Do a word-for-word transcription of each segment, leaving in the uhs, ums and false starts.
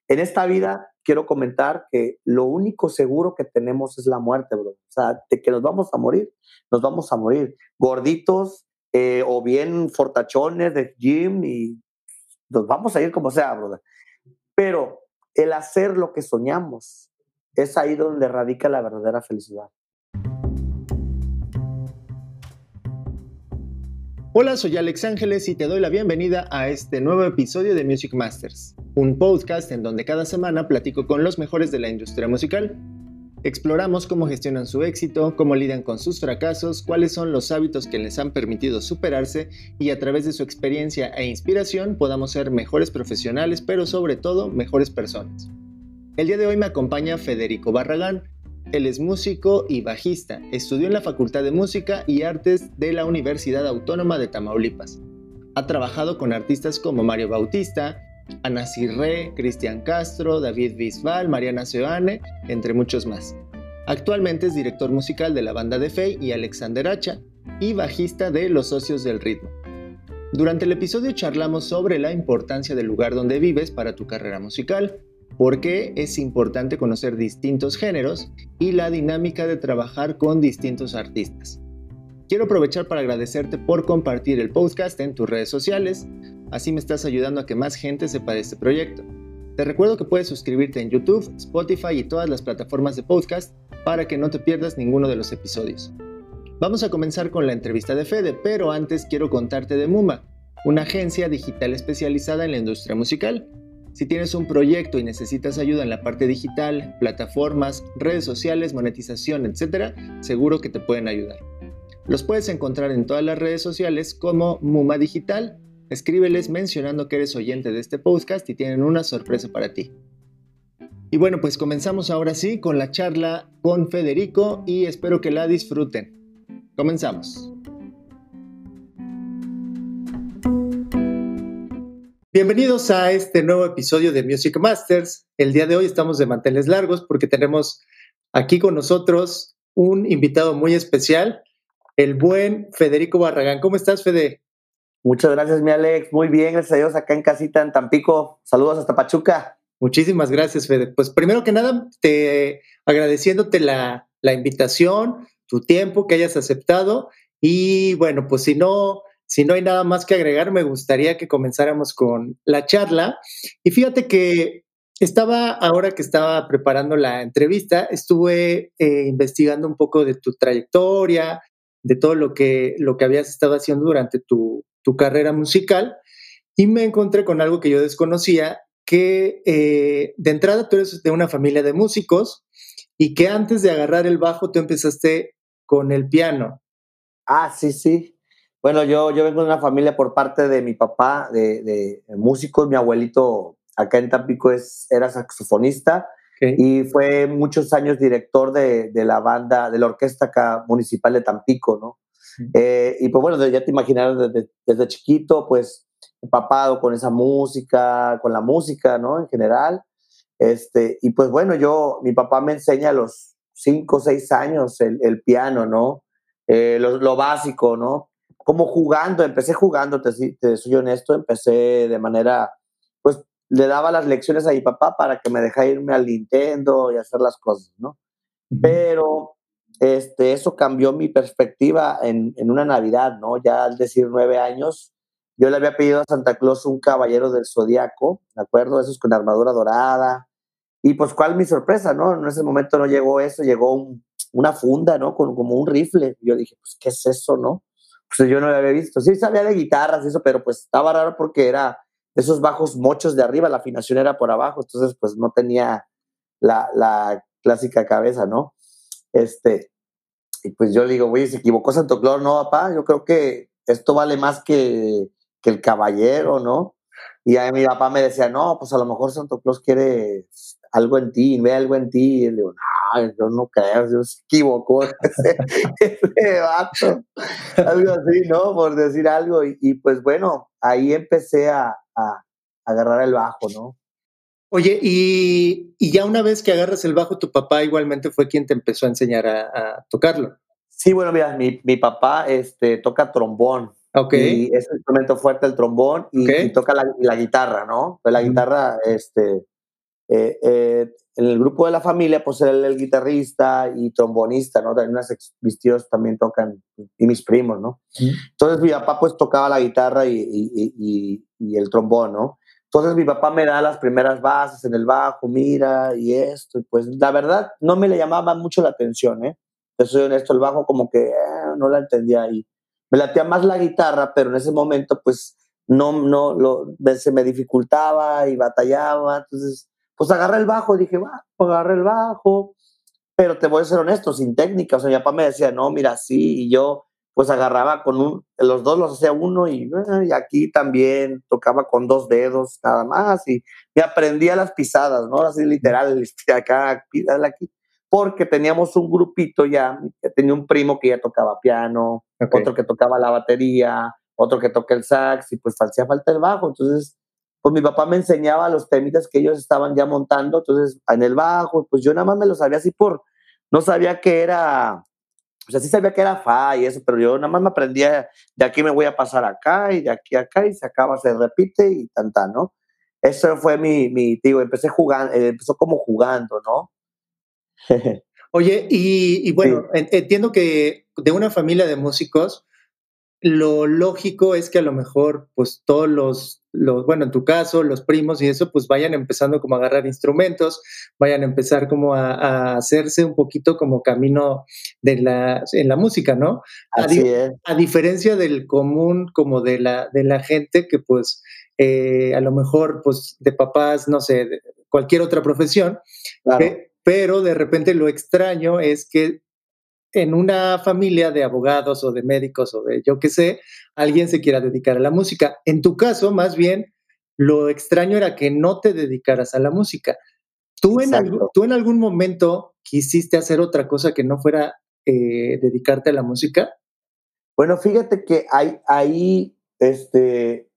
en esta vida quiero comentar que lo único seguro que tenemos es la muerte, bro. O sea, de que nos vamos a morir, nos vamos a morir. Gorditos eh, o bien fortachones de gym y nos vamos a ir como sea, brother. Pero el hacer lo que soñamos es ahí donde radica la verdadera felicidad. Hola, soy Alex Ángeles y te doy la bienvenida a este nuevo episodio de Music Masters, un podcast en donde cada semana platico con los mejores de la industria musical. Exploramos cómo gestionan su éxito, cómo lidian con sus fracasos, cuáles son los hábitos que les han permitido superarse y a través de su experiencia e inspiración podamos ser mejores profesionales, pero sobre todo mejores personas. El día de hoy me acompaña Federico Barragán. Él es músico y bajista. Estudió en la Facultad de Música y Artes de la Universidad Autónoma de Tamaulipas. Ha trabajado con artistas como Mario Bautista, Ana Cirré, Cristian Castro, David Bisbal, Mariana Seoane, entre muchos más. Actualmente es director musical de la banda de Fey y Alexander Hacha y bajista de Los Socios del Ritmo. Durante el episodio charlamos sobre la importancia del lugar donde vives para tu carrera musical, por qué es importante conocer distintos géneros y la dinámica de trabajar con distintos artistas. Quiero aprovechar para agradecerte por compartir el podcast en tus redes sociales, así me estás ayudando a que más gente sepa de este proyecto. Te recuerdo que puedes suscribirte en YouTube, Spotify y todas las plataformas de podcast para que no te pierdas ninguno de los episodios. Vamos a comenzar con la entrevista de Fede, pero antes quiero contarte de Muma, una agencia digital especializada en la industria musical. Si tienes un proyecto y necesitas ayuda en la parte digital, plataformas, redes sociales, monetización, etcétera, seguro que te pueden ayudar. Los puedes encontrar en todas las redes sociales como Muma Digital. Escríbeles mencionando que eres oyente de este podcast y tienen una sorpresa para ti. Y bueno, pues comenzamos ahora sí con la charla con Federico y espero que la disfruten. Comenzamos. Bienvenidos a este nuevo episodio de Music Masters. El día de hoy estamos de manteles largos porque tenemos aquí con nosotros un invitado muy especial, el buen Federico Barragán. ¿Cómo estás, Fede? Muchas gracias, mi Alex. Muy bien, gracias a Dios, acá en casita en Tampico. Saludos hasta Pachuca. Muchísimas gracias, Fede. Pues primero que nada, te agradeciéndote la, la invitación, tu tiempo que hayas aceptado. Y bueno, pues si no... Si no hay nada más que agregar, me gustaría que comenzáramos con la charla. Y fíjate que estaba, ahora que estaba preparando la entrevista, estuve eh, investigando un poco de tu trayectoria, de todo lo que, lo que habías estado haciendo durante tu, tu carrera musical, y me encontré con algo que yo desconocía, que eh, de entrada tú eres de una familia de músicos y que antes de agarrar el bajo tú empezaste con el piano. Ah, sí, sí. Bueno, yo, yo vengo de una familia por parte de mi papá, de, de músicos. Mi abuelito acá en Tampico es, era saxofonista, okay, y fue muchos años director de, de la banda, de la orquesta acá municipal de Tampico, ¿no? Uh-huh. Eh, y pues bueno, ya te imaginarás, desde, desde chiquito, pues empapado con esa música, con la música, ¿no? En general. Este, y pues bueno, yo, mi papá me enseña a los cinco o seis años el, el piano, ¿no? Eh, lo, lo básico, ¿no? Como jugando, empecé jugando, te, te soy honesto, empecé de manera, pues le daba las lecciones a mi papá para que me dejara irme al Nintendo y hacer las cosas, ¿no? Uh-huh. Pero este, eso cambió mi perspectiva en, en una Navidad, ¿no? Ya al decir nueve años, yo le había pedido a Santa Claus un caballero del Zodíaco, ¿de acuerdo? Esos con armadura dorada. Y pues, ¿cuál mi sorpresa, no? En ese momento no llegó eso, llegó un, una funda, ¿no? Con, como un rifle. Yo dije, pues, ¿qué es eso, no? Pues yo no lo había visto. Sí sabía de guitarras y eso, pero pues estaba raro porque era de esos bajos mochos de arriba, la afinación era por abajo, entonces pues no tenía la, la clásica cabeza, ¿no? Este, y pues yo le digo, güey, se equivocó Santo Claus, no, papá, yo creo que esto vale más que, que el caballero, ¿no? Y ahí mi papá me decía, no, pues a lo mejor Santo Claus quiere algo en ti, ve algo en ti. Y le digo, no, yo no creo, yo se equivocó ese, ese vato. Algo así, ¿no? Por decir algo. Y, y pues bueno, ahí empecé a, a agarrar el bajo, ¿no? Oye, y, y ya una vez que agarras el bajo, tu papá igualmente fue quien te empezó a enseñar a, a tocarlo. Sí, bueno, mira, mi, mi papá este, toca trombón. Okay. Y es un instrumento fuerte el trombón y, okay, y toca la, la guitarra, ¿no? Pues la uh-huh. guitarra, este, eh, eh, en el grupo de la familia, pues él el guitarrista y trombonista, ¿no? También unas ex, mis tíos también tocan, y mis primos, ¿no? Mm. Entonces mi papá pues tocaba la guitarra y, y, y, y el trombón, ¿no? Entonces mi papá me da las primeras bases en el bajo, mira, y esto, y pues la verdad no me le llamaba mucho la atención, ¿eh? Yo soy honesto, el bajo como que eh, no la entendía ahí. Me latía más la guitarra, pero en ese momento pues no, no, lo, se me dificultaba y batallaba, entonces pues agarré el bajo, dije, va, pues agarré el bajo, pero te voy a ser honesto, sin técnica, o sea, mi papá me decía, no, mira, sí, y yo pues agarraba con un, los dos los hacía uno y, y aquí también tocaba con dos dedos nada más y me aprendía las pisadas, ¿no? Así literal, acá, pídale aquí, porque teníamos un grupito ya, tenía un primo que ya tocaba piano, okay. Otro que tocaba la batería, otro que toca el sax y pues hacía falta el bajo, entonces pues mi papá me enseñaba los temitas que ellos estaban ya montando, entonces en el bajo, pues yo nada más me lo sabía así por, no sabía que era, o sea, sí sabía que era fa y eso, pero yo nada más me aprendía, de aquí me voy a pasar acá y de aquí a acá y se acaba, se repite y tan, tan, ¿no? Eso fue mi, mi digo, empecé jugando, eh, empezó como jugando, ¿no? Oye, y, y bueno, sí. Entiendo que de una familia de músicos, lo lógico es que a lo mejor, pues todos los, los, bueno, en tu caso, los primos y eso, pues vayan empezando como a agarrar instrumentos, vayan a empezar como a, a hacerse un poquito como camino de la, en la música, ¿no? Así a, es. A diferencia del común, como de la, de la gente que pues eh, a lo mejor, pues de papás, no sé, de cualquier otra profesión, claro. que, pero de repente lo extraño es que en una familia de abogados o de médicos o de yo qué sé, alguien se quiera dedicar a la música. En tu caso, más bien, lo extraño era que no te dedicaras a la música. ¿Tú, en, algún, ¿tú en algún momento quisiste hacer otra cosa que no fuera eh, dedicarte a la música? Bueno, fíjate que ahí, ahí este,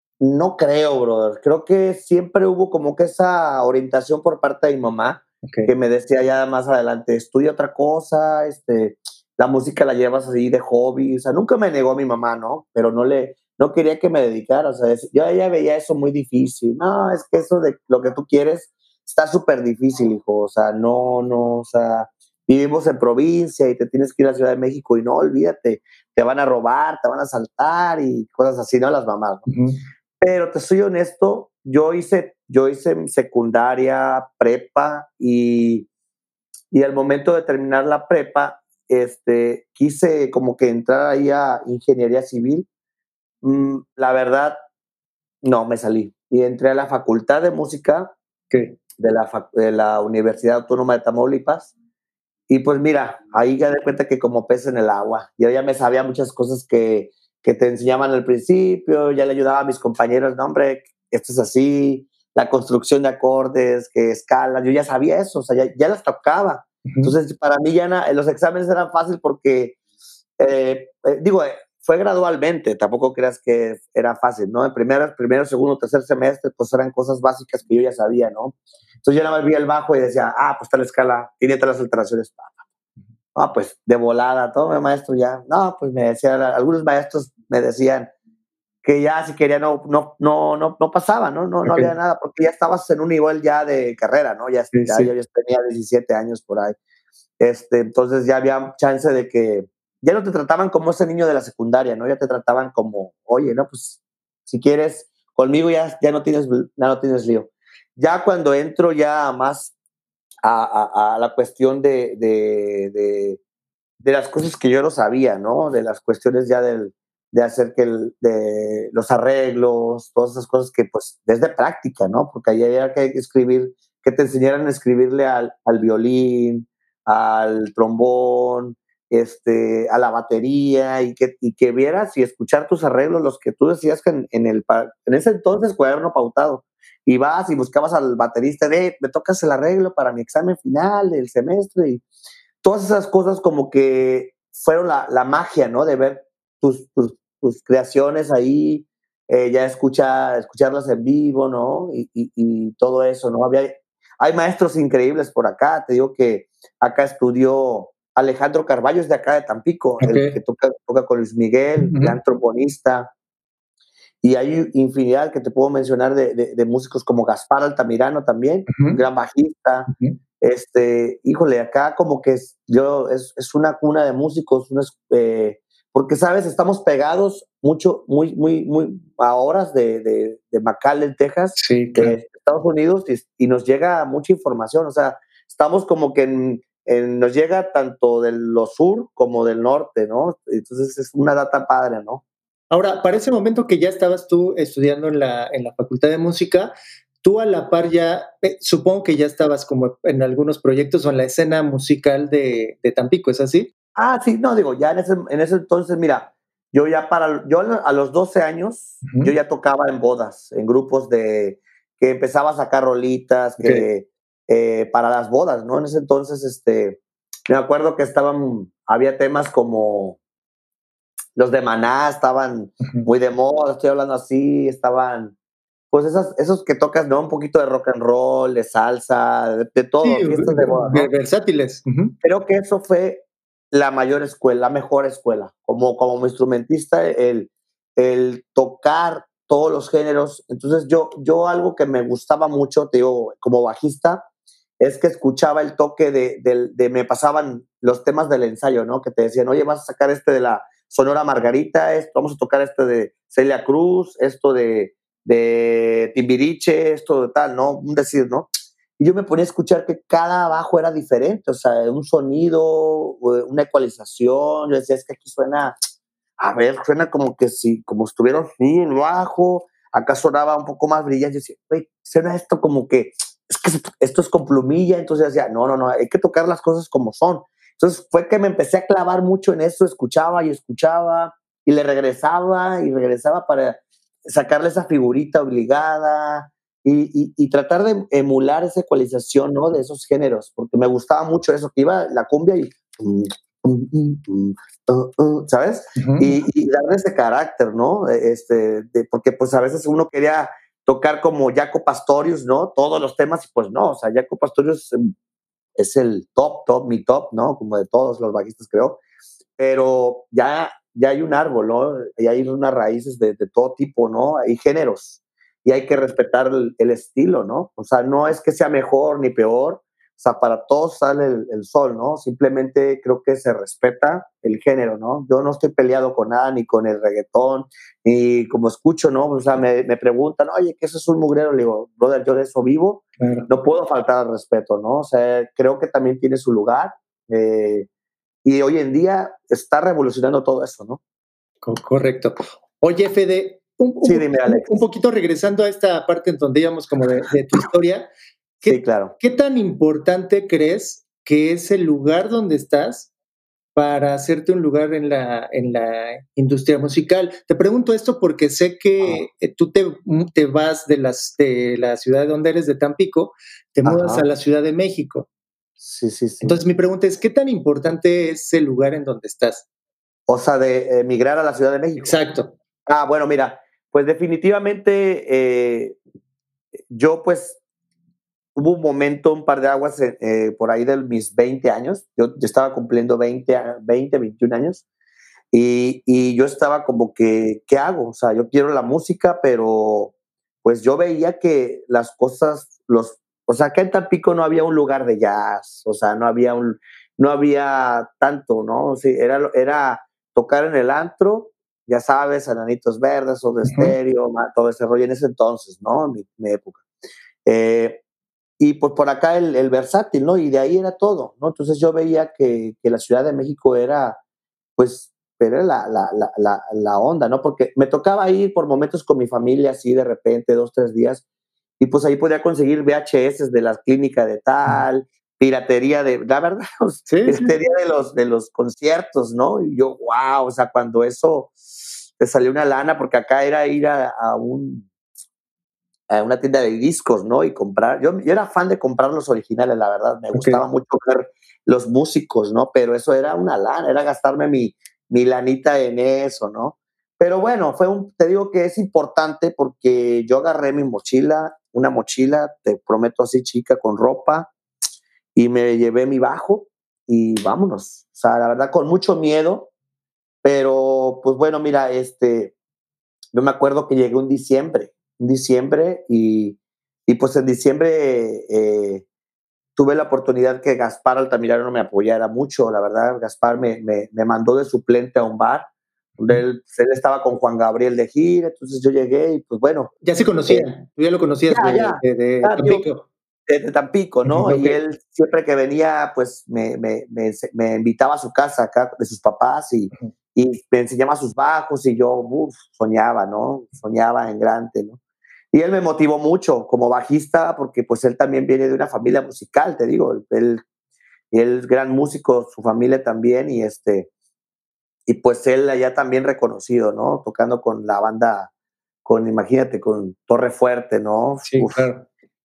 no creo, brother. Creo que siempre hubo como que esa orientación por parte de mi mamá, okay. Que me decía ya más adelante, estudia otra cosa, este, la música la llevas así de hobby. O sea, nunca me negó mi mamá, ¿no? Pero no le, no quería que me dedicara. O sea, yo ella veía eso muy difícil. No, es que eso de lo que tú quieres está súper difícil, hijo. O sea, no, no, o sea, vivimos en provincia y te tienes que ir a la Ciudad de México y no, olvídate, te van a robar, te van a asaltar y cosas así, ¿no? Las mamás, ¿no? Uh-huh. Pero te soy honesto, yo hice, yo hice secundaria, prepa y, y al momento de terminar la prepa, este, quise como que entrar ahí a ingeniería civil. Mm, la verdad, no, me salí. Y entré a la facultad de música ¿Qué? de la, de la Universidad Autónoma de Tamaulipas. Y pues mira, ahí ya de cuenta que como pez en el agua. Yo ya me sabía muchas cosas que, que te enseñaban al principio, ya le ayudaba a mis compañeros, no hombre, esto es así, la construcción de acordes, que escalas, yo ya sabía eso, o sea, ya, ya las tocaba. Uh-huh. Entonces, para mí ya na, los exámenes eran fáciles porque, eh, eh, digo, eh, fue gradualmente, tampoco creas que era fácil, ¿no? En primero, primero, segundo, tercer semestre, pues eran cosas básicas que yo ya sabía, ¿no? Entonces yo nada más vi el bajo y decía, ah, pues tal escala, tiene tres alteraciones. Ah, pues de volada, todo mi maestro ya. No, pues me decían, algunos maestros me decían que ya si quería no, no, no, no, no pasaba, ¿no? No, okay. No había nada, porque ya estabas en un nivel ya de carrera, ¿no? Ya, sí, ya sí. Yo ya tenía diecisiete años por ahí. Este, entonces ya había chance de que ya no te trataban como ese niño de la secundaria, ¿no? Ya te trataban como, oye, no, pues si quieres, conmigo ya, ya, no, tienes, ya no tienes lío. Ya cuando entro ya más a, a, a la cuestión de, de, de, de las cosas que yo no sabía, ¿no? De las cuestiones ya del, de hacer que el, de los arreglos, todas esas cosas que pues desde práctica, ¿no? Porque ahí había que escribir, que te enseñaran a escribirle al, al violín, al trombón, este, a la batería y que, y que vieras y escuchar tus arreglos, los que tú decías que en, en, el, en ese entonces cuaderno pautado. Y vas y buscabas al baterista de, me tocas el arreglo para mi examen final del semestre y todas esas cosas como que fueron la, la magia, ¿no? De ver tus, tus, tus creaciones ahí, eh, ya escucha, escucharlas en vivo, ¿no? Y, y, y todo eso, ¿no? Había, hay maestros increíbles por acá, te digo que acá estudió Alejandro Carballo, es de acá de Tampico, okay. El que toca, toca con Luis Miguel, uh-huh. Gran trombonista. y hay infinidad que te puedo mencionar de, de, de músicos como Gaspar Altamirano también, uh-huh. un gran bajista. Uh-huh. Este, híjole, acá como que es, yo, es, es una cuna de músicos, una, eh, porque, ¿sabes? Estamos pegados mucho, muy, muy, muy a horas de, de, de McAllen, Texas, sí, claro. de Estados Unidos, y, y nos llega mucha información, o sea, estamos como que en, en, nos llega tanto de lo sur como del norte, ¿no? Entonces es una data padre, ¿no? Ahora, para ese momento que ya estabas tú estudiando en la, en la Facultad de Música, tú a la par ya, eh, supongo que ya estabas como en algunos proyectos o en la escena musical de, de Tampico, ¿es así? Ah, sí, no, digo, ya en ese, en ese entonces, mira, yo ya para, yo a los doce años, uh-huh. yo ya tocaba en bodas, en grupos de, que empezaba a sacar rolitas, que okay. eh, para las bodas, ¿no? En ese entonces, este, me acuerdo que estaban, había temas como los de Maná, estaban uh-huh. muy de moda, estoy hablando así, estaban, pues esas, esos que tocas, ¿no? Un poquito de rock and roll, de salsa, de, de todo, sí, fiestas de boda, ¿no? Versátiles. Uh-huh. Creo que eso fue la mayor escuela, la mejor escuela, como, como instrumentista, el, el tocar todos los géneros. Entonces yo, yo algo que me gustaba mucho, te digo, como bajista, es que escuchaba el toque de, de, de, me pasaban los temas del ensayo, ¿no? Que te decían, oye, vas a sacar este de la Sonora Margarita, esto, vamos a tocar este de Celia Cruz, esto de, de Timbiriche, esto de tal, ¿no? Un decir, ¿no? Y yo me ponía a escuchar que cada bajo era diferente, o sea, un sonido, una ecualización. Yo decía, es que aquí suena, a ver, suena como que si, como estuviera así el bajo, acá sonaba un poco más brillante. Yo decía, güey, suena esto como que, es que esto es con plumilla. Entonces yo decía, no, no, no, hay que tocar las cosas como son. Entonces fue que me empecé a clavar mucho en eso, escuchaba y escuchaba, y le regresaba y regresaba para sacarle esa figurita obligada. Y, y, y tratar de emular esa ecualización, ¿no? De esos géneros, porque me gustaba mucho eso, que iba la cumbia y, ¿sabes? Uh-huh. Y, y darle ese carácter, ¿no? Este, de, porque pues a veces uno quería tocar como Jaco Pastorius, ¿no? Todos los temas, y pues no, o sea, Jaco Pastorius es el top, top, mi top, ¿no? Como de todos los bajistas, creo. Pero ya, ya hay un árbol, ¿no? Ya hay unas raíces de, de todo tipo, ¿no? Hay géneros. Y hay que respetar el, el estilo, ¿no? O sea, no es que sea mejor ni peor, o sea, para todos sale el, el sol, ¿no? Simplemente creo que se respeta el género, ¿no? Yo no estoy peleado con nada, ni con el reggaetón, ni como escucho, ¿no? O sea, me, me preguntan, oye, ¿qué eso es un mugrero? Le digo, brother, yo de eso vivo, claro. No puedo faltar al respeto, ¿no? O sea, creo que también tiene su lugar, eh, y hoy en día está revolucionando todo eso, ¿no? Correcto. Oye, Fede, Un, un, sí, dime, Alex. un poquito regresando a esta parte en donde íbamos como de, de tu historia, ¿qué, sí, claro. ¿qué tan importante crees que es el lugar donde estás para hacerte un lugar en la, en la industria musical? Te pregunto esto porque sé que ah. tú te, te vas de, las, de la ciudad donde eres, de Tampico, te Ajá. mudas a la Ciudad de México. Sí, sí, sí. Entonces mi pregunta es, ¿qué tan importante es el lugar en donde estás? O sea, de emigrar a la Ciudad de México. Exacto. Ah, bueno, mira, pues definitivamente eh, yo pues hubo un momento, un par de aguas eh, por ahí de mis veinte años, yo, yo estaba cumpliendo veinte, veinte, veintiún años y, y yo estaba como que, ¿qué hago? O sea, yo quiero la música, pero pues yo veía que las cosas, los, o sea, acá en Tampico no había un lugar de jazz, o sea, no había un, no había tanto, ¿no? Sí, era, era tocar en el antro, ya sabes, Enanitos Verdes, o de Estéreo, uh-huh. todo ese rollo en ese entonces, ¿no? En mi, mi época. Eh, y pues por acá el, el versátil, ¿no? Y de ahí era todo, ¿no? Entonces yo veía que, que la Ciudad de México era, pues, era la, la, la, la, la onda, ¿no? Porque me tocaba ir por momentos con mi familia, así de repente, dos, tres días, y pues ahí podía conseguir V H S de la clínica de tal, piratería de, la verdad, sí, piratería sí. de los, de los conciertos, ¿no? Y yo, wow, o sea, cuando eso te salió una lana, porque acá era ir a, a un a una tienda de discos, ¿no? Y comprar, yo, yo era fan de comprar los originales, la verdad, me okay. gustaba mucho ver los músicos, ¿no? Pero eso era una lana, era gastarme mi, mi lanita en eso, ¿no? Pero bueno, fue un, te digo que es importante porque yo agarré mi mochila, una mochila, te prometo así chica, con ropa, y me llevé mi bajo y vámonos. O sea, la verdad, con mucho miedo, pero pues bueno, mira, este, yo me acuerdo que llegué un diciembre, un diciembre y, y pues en diciembre eh, tuve la oportunidad que Gaspar Altamirano me apoyara mucho, la verdad. Gaspar me, me, me mandó de suplente a un bar, donde él, él estaba con Juan Gabriel de gira, entonces yo llegué y pues bueno. Ya se conocían, eh, tú ya lo conocías ya, de, ya, de, de ya, tío, Tampico. de Tampico, ¿no? Ok. Y él siempre que venía, pues me, me, me, me invitaba a su casa acá de sus papás y, y me enseñaba sus bajos y yo uf, soñaba, ¿no? Soñaba en grande, ¿no? Y él me motivó mucho como bajista porque pues él también viene de una familia musical, te digo, él, él es gran músico, su familia también y este, y pues él allá también reconocido, ¿no? Tocando con la banda, con, imagínate, con Torre Fuerte, ¿no? Sí, Uf, claro.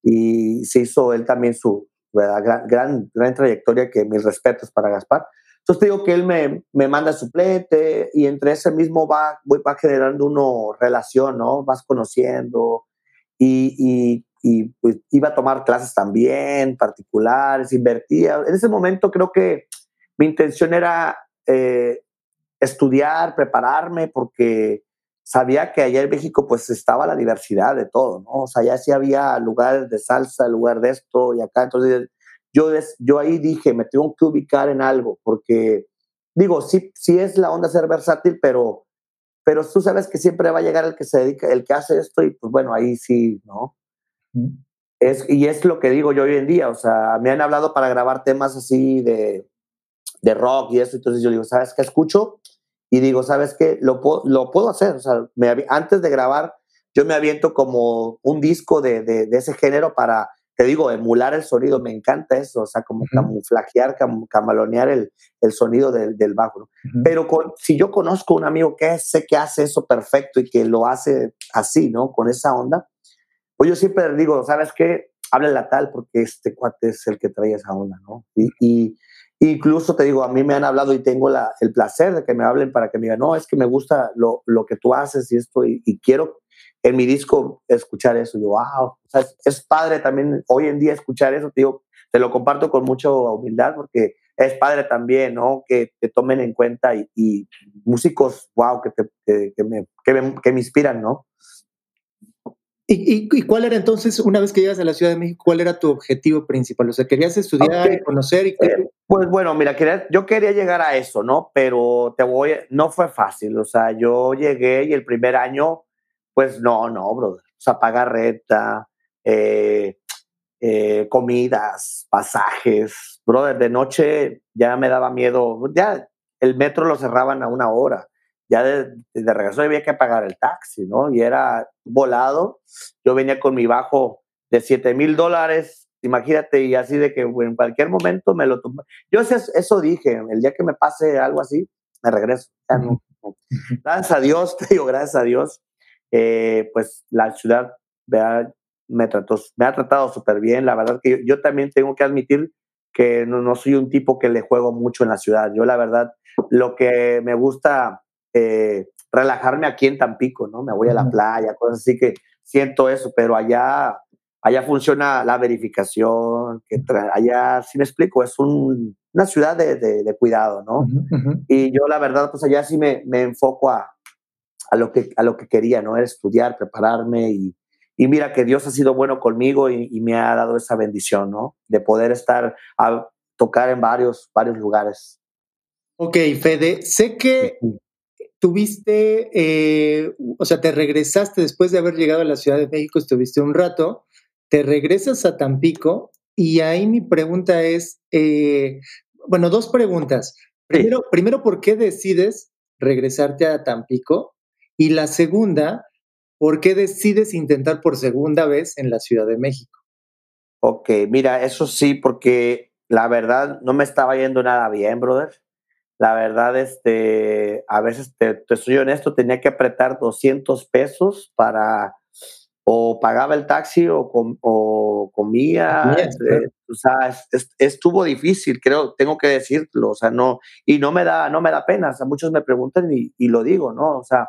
y se hizo él también su ¿verdad? Gran, gran, gran trayectoria, que mis respetos para Gaspar. Entonces te digo que él me, me manda suplente y entre ese mismo va, voy, va generando una relación, ¿no? Vas conociendo y, y, y pues, iba a tomar clases también particulares, invertía. En ese momento creo que mi intención era eh, estudiar, prepararme, porque sabía que allá en México pues estaba la diversidad de todo, ¿no? O sea, ya sí había lugares de salsa, lugar de esto y acá. Entonces yo, des, yo ahí dije, me tengo que ubicar en algo, porque digo, sí, sí es la onda ser versátil, pero, pero tú sabes que siempre va a llegar el que se dedica, el que hace esto y pues bueno, ahí sí, ¿no? Mm. Es, y es lo que digo yo hoy en día, o sea, me han hablado para grabar temas así de, de rock y eso, entonces yo digo, ¿sabes qué escucho? Y digo, ¿sabes qué? Lo, puedo, lo puedo hacer, o sea, me, antes de grabar, yo me aviento como un disco de, de, de ese género para, te digo, emular el sonido, me encanta eso, o sea, como uh-huh. camuflajear, cam, camalonear el, el sonido del, del bajo, ¿no? Uh-huh. Pero con, si yo conozco un amigo que sé que hace eso perfecto y que lo hace así, ¿no? Con esa onda, pues yo siempre digo, ¿sabes qué? Háblale a tal porque este cuate es el que trae esa onda, ¿no? Y, y incluso te digo, a mí me han hablado y tengo la, el placer de que me hablen para que me digan, no, es que me gusta lo, lo que tú haces y esto, y, y quiero en mi disco escuchar eso. Y yo, wow, o sea, es, es padre también hoy en día escuchar eso, te digo, te lo comparto con mucha humildad porque es padre también, ¿no? Que te tomen en cuenta y, y músicos, wow, que, te, que, que, me, que, me, que me inspiran, ¿no? ¿Y, y, ¿Y cuál era entonces, una vez que llegas a la Ciudad de México, cuál era tu objetivo principal? O sea, ¿querías estudiar Okay. y conocer? Y... Eh, pues bueno, mira, quería, yo quería llegar a eso, ¿no? Pero te voy, no fue fácil. O sea, yo llegué y el primer año, pues no, no, brother. O sea, pagar renta, eh, eh, comidas, pasajes. Brother, de noche ya me daba miedo. Ya el metro lo cerraban a una hora. Ya de, de regreso había que pagar el taxi, ¿no? Y era volado. Yo venía con mi bajo de siete mil dólares, imagínate, y así de que bueno, en cualquier momento me lo tomé. Yo eso, eso dije, el día que me pase algo así, me regreso. Ya no, no. Gracias a Dios, te digo, gracias a Dios, eh, pues la ciudad vea, me, trató, me ha tratado súper bien. La verdad que yo, yo también tengo que admitir que no, no soy un tipo que le juego mucho en la ciudad. Yo la verdad, lo que me gusta eh, relajarme aquí en Tampico, ¿no? Me voy a la playa, cosas así que siento eso, pero allá, allá funciona la verificación, que tra- allá, si me explico, es un, una ciudad de, de, de cuidado, ¿no? Uh-huh, uh-huh. Y yo la verdad, pues allá sí me, me enfoco a, a, lo que, a lo que quería, ¿no? Era estudiar, prepararme y, y mira que Dios ha sido bueno conmigo y, y me ha dado esa bendición, ¿no? De poder estar a tocar en varios, varios lugares. Ok, Fede, sé que tuviste, eh, o sea, te regresaste después de haber llegado a la Ciudad de México, estuviste un rato, te regresas a Tampico y ahí mi pregunta es, eh, bueno, dos preguntas. Primero, sí. primero, ¿por qué decides regresarte a Tampico? Y la segunda, ¿por qué decides intentar por segunda vez en la Ciudad de México? Ok, mira, eso sí, porque la verdad no me estaba yendo nada bien, brother. La verdad, este, a veces, te, te soy honesto, tenía que apretar doscientos pesos para, o pagaba el taxi o, com, o comía. Yes, eh, claro. O sea, es, es, estuvo difícil, creo, tengo que decirlo, o sea, no, y no me da, no me da pena, o sea, muchos me preguntan y, y lo digo, ¿no? O sea,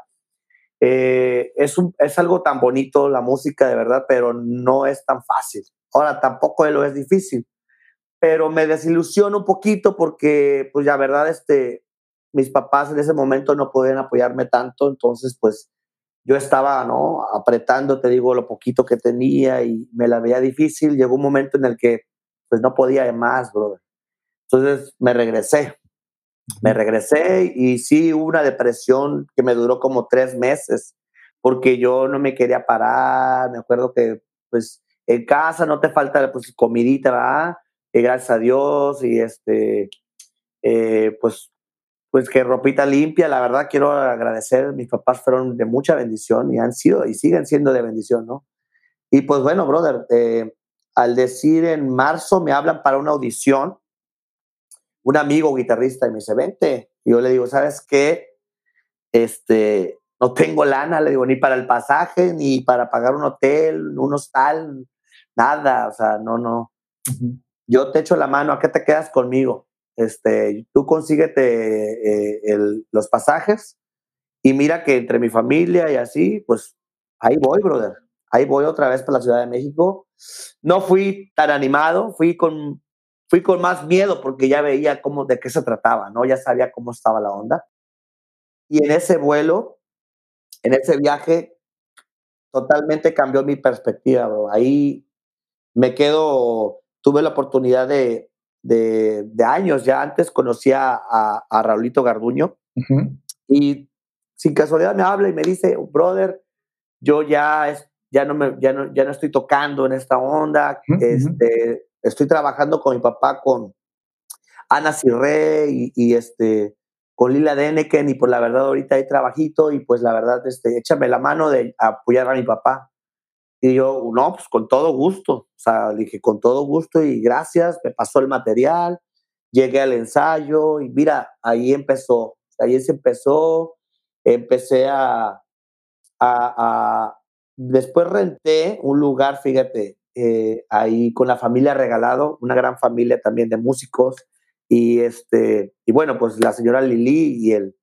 eh, es, un, es algo tan bonito la música, de verdad, pero no es tan fácil. Ahora, tampoco lo es difícil, pero me desilusiono un poquito porque, pues, la verdad, este, mis papás en ese momento no podían apoyarme tanto, entonces, pues, yo estaba, ¿no? Apretando, te digo, lo poquito que tenía y me la veía difícil. Llegó un momento en el que, pues, no podía más, brother. Entonces me regresé, me regresé y sí hubo una depresión que me duró como tres meses porque yo no me quería parar. Me acuerdo que, pues, en casa no te falta, pues, comidita, ¿verdad? Y gracias a Dios y, este, eh, pues, pues que ropita limpia. La verdad quiero agradecer, mis papás fueron de mucha bendición y han sido y siguen siendo de bendición, ¿no? Y pues bueno, brother, eh, al decir en marzo me hablan para una audición, un amigo guitarrista y me dice, vente. Y yo le digo, ¿sabes qué? Este, no tengo lana, le digo, ni para el pasaje, ni para pagar un hotel, un hostal, nada, o sea, no, no. Uh-huh. Yo te echo la mano, ¿a qué te quedas conmigo? Este, tú consíguete eh, el, los pasajes y mira que entre mi familia y así, pues ahí voy, brother. Ahí voy otra vez para la Ciudad de México. No fui tan animado, fui con, fui con más miedo porque ya veía cómo, de qué se trataba, ¿no? Ya sabía cómo estaba la onda. Y en ese vuelo, en ese viaje, totalmente cambió mi perspectiva, bro. Ahí me quedo, tuve la oportunidad de, de, de años, ya antes conocía a, a Raulito Garduño, uh-huh. Y sin casualidad me habla y me dice, brother, yo ya, es, ya, no me, ya, no, ya no estoy tocando en esta onda, uh-huh. este, estoy trabajando con mi papá, con Ana Cirré y, y este, con Lila Deneken, y pues la verdad ahorita hay trabajito y pues la verdad, este, échame la mano de apoyar a mi papá. Y yo, no, pues con todo gusto, o sea, le dije, con todo gusto y gracias, me pasó el material, llegué al ensayo y mira, ahí empezó, ahí se empezó, empecé a, a, a después renté un lugar, fíjate, eh, ahí con la familia Regalado, una gran familia también de músicos, y este, y bueno, pues la señora Lili y él,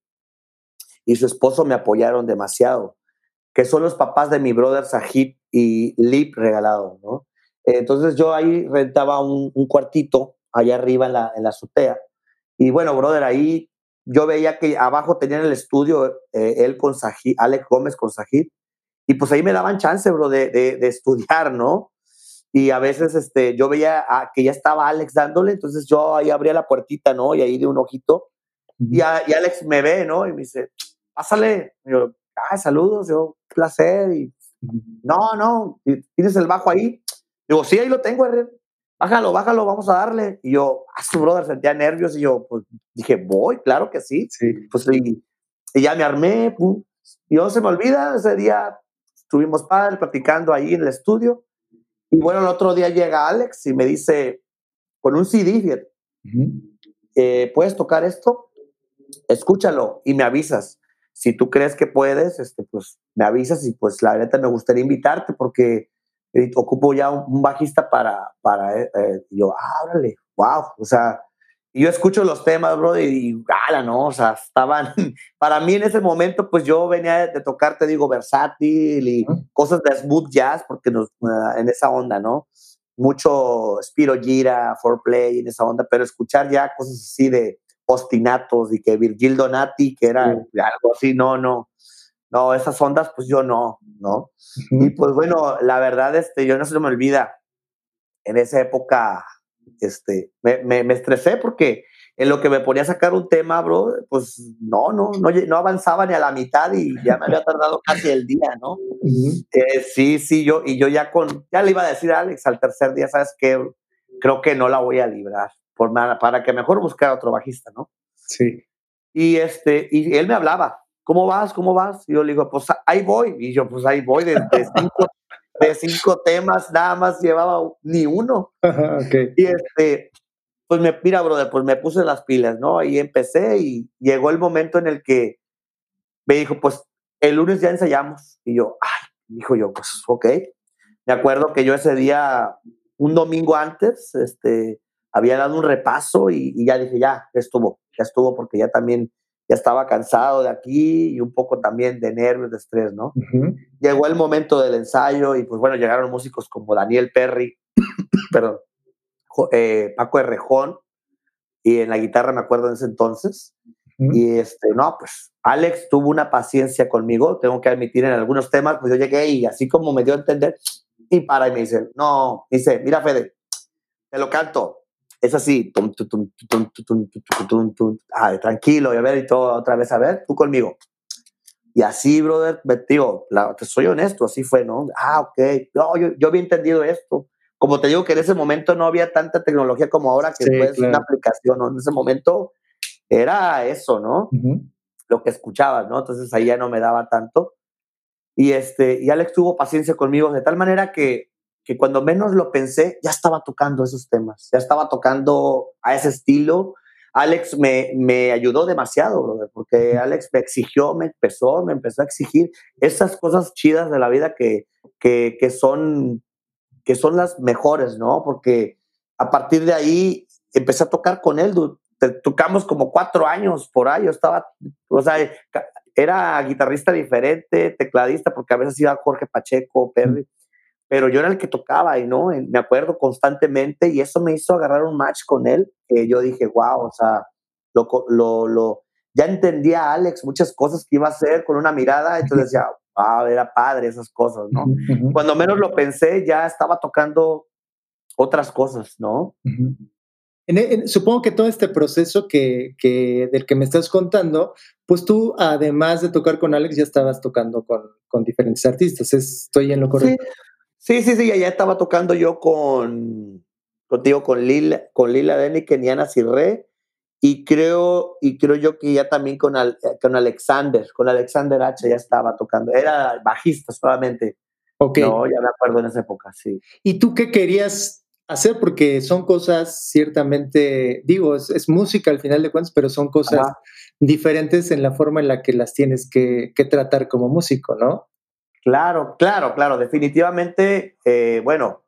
y su esposo me apoyaron demasiado, que son los papás de mi brother Sajid y Lip Regalado, ¿no? Entonces yo ahí rentaba un, un cuartito allá arriba en la, en la azotea. Y bueno, brother, ahí yo veía que abajo tenían el estudio, eh, él con Sajid, Alex Gómez con Sajid, y pues ahí me daban chance, bro, de, de, de estudiar, ¿no? Y a veces este, yo veía a, que ya estaba Alex dándole, entonces yo ahí abría la puertita, ¿no? Y ahí de un ojito, uh-huh. y, a, y Alex me ve, ¿no? Y me dice, pásale. Y yo, ay, saludos, yo, placer. Y, no, no, ¿tienes el bajo ahí? Digo, sí, ahí lo tengo, Herrera. Bájalo, bájalo, vamos a darle. Y yo, a su brother, sentía nervios y yo, pues dije, voy, claro que sí. Sí. Pues y, y ya me armé, pum. Y no se me olvida, ese día estuvimos padre platicando ahí en el estudio. Y bueno, el otro día llega Alex y me dice, con un C D, fíjate, uh-huh. eh, ¿puedes tocar esto? Escúchalo y me avisas. Si tú crees que puedes, este, pues me avisas y pues la neta me gustaría invitarte porque eh, ocupo ya un, un bajista para, para eh, eh, y yo, ah, órale, wow, o sea, y yo escucho los temas, bro, y, y gala, ¿no? O sea, estaban, para mí en ese momento, pues yo venía de, de tocar, te digo, versátil y uh-huh. cosas de smooth jazz, porque nos, uh, en esa onda, ¿no? Mucho Spiro Gira, foreplay, en esa onda, pero escuchar ya cosas así de ostinatos y que Virgil Donati, que era sí. algo así, no, no, no, esas ondas, pues yo no, ¿no? Uh-huh. Y pues bueno, la verdad, este, yo no se me olvida, en esa época, este, me, me, me estresé porque en lo que me ponía a sacar un tema, bro, pues no, no, no, no avanzaba ni a la mitad y ya me había tardado casi el día, ¿no? Uh-huh. Eh, sí, sí, yo, y yo ya con, ya le iba a decir a Alex al tercer día, ¿sabes qué? Creo que no la voy a librar. Por, para que mejor buscara otro bajista, ¿no? Sí. Y, este, y él me hablaba, ¿cómo vas? ¿Cómo vas? Y yo le digo, pues ahí voy. Y yo, pues ahí voy, de, de, cinco, de cinco temas, nada más llevaba ni uno. Okay. Y este, pues me, mira, brother, pues me puse las pilas, ¿no? Ahí empecé y llegó el momento en el que me dijo, pues el lunes ya ensayamos. Y yo, ay, dijo yo, pues ok. Me acuerdo que yo ese día, un domingo antes, este, había dado un repaso y, y ya dije, ya, ya estuvo, ya estuvo, porque ya también, ya estaba cansado de aquí y un poco también de nervios, de estrés, ¿no? Uh-huh. Llegó el momento del ensayo y pues bueno, llegaron músicos como Daniel Perry, perdón, eh, Paco Errejón, y en la guitarra me acuerdo en ese entonces, Uh-huh. Y este, no, pues Alex tuvo una paciencia conmigo, tengo que admitir, en algunos temas, pues yo llegué y así como me dio a entender, y para y me dice, no, dice, mira Fede, te lo canto, es así, tum, tum, tum, tum, tum, tum, tum, tum, tum. Ay, tranquilo, y a ver, y todo otra vez, a ver, tú conmigo. Y así, brother, me digo, la, te soy honesto, así fue, ¿no? Ah, ok, no, yo, yo había entendido esto. Como te digo que en ese momento no había tanta tecnología como ahora, que sí, pues claro. Una aplicación, ¿no? En ese momento era eso, ¿no? Uh-huh. Lo que escuchabas, ¿no? Entonces ahí ya no me daba tanto. Y, este, y Alex tuvo paciencia conmigo de tal manera que, que cuando menos lo pensé, ya estaba tocando esos temas, ya estaba tocando a ese estilo. Alex me, me ayudó demasiado, brother, porque Alex me exigió, me empezó, me empezó a exigir esas cosas chidas de la vida que, que, que, son, que son las mejores, ¿no? Porque a partir de ahí empecé a tocar con él, tocamos como cuatro años por ahí, yo estaba, o sea, era guitarrista diferente, tecladista, porque a veces iba Jorge Pacheco, Perry, pero yo era el que tocaba y no, me acuerdo constantemente, y eso me hizo agarrar un match con él, que yo dije, wow, o sea, lo, lo, lo, ya entendía a Alex muchas cosas que iba a hacer con una mirada, entonces decía, wow, era padre esas cosas, ¿no? Uh-huh. Cuando menos lo pensé, ya estaba tocando otras cosas, ¿no? Uh-huh. En, en, supongo que todo este proceso que, que, del que me estás contando, pues tú, además de tocar con Alex, ya estabas tocando con, con diferentes artistas. ¿Estoy en lo correcto? Sí, sí, sí, sí, ya estaba tocando yo con, contigo, con Lila, con Lila Deni, Keniana Cirré, y creo, y creo yo que ya también con, Al, con Alexander, con Alexander H ya estaba tocando. Era bajista solamente. Okay. No, ya me acuerdo en esa época, sí. ¿Y tú qué querías hacer? Porque son cosas ciertamente, digo, es, es música al final de cuentas, pero son cosas Ajá. diferentes en la forma en la que las tienes que, que tratar como músico, ¿no? Claro, claro, claro, definitivamente, eh, bueno,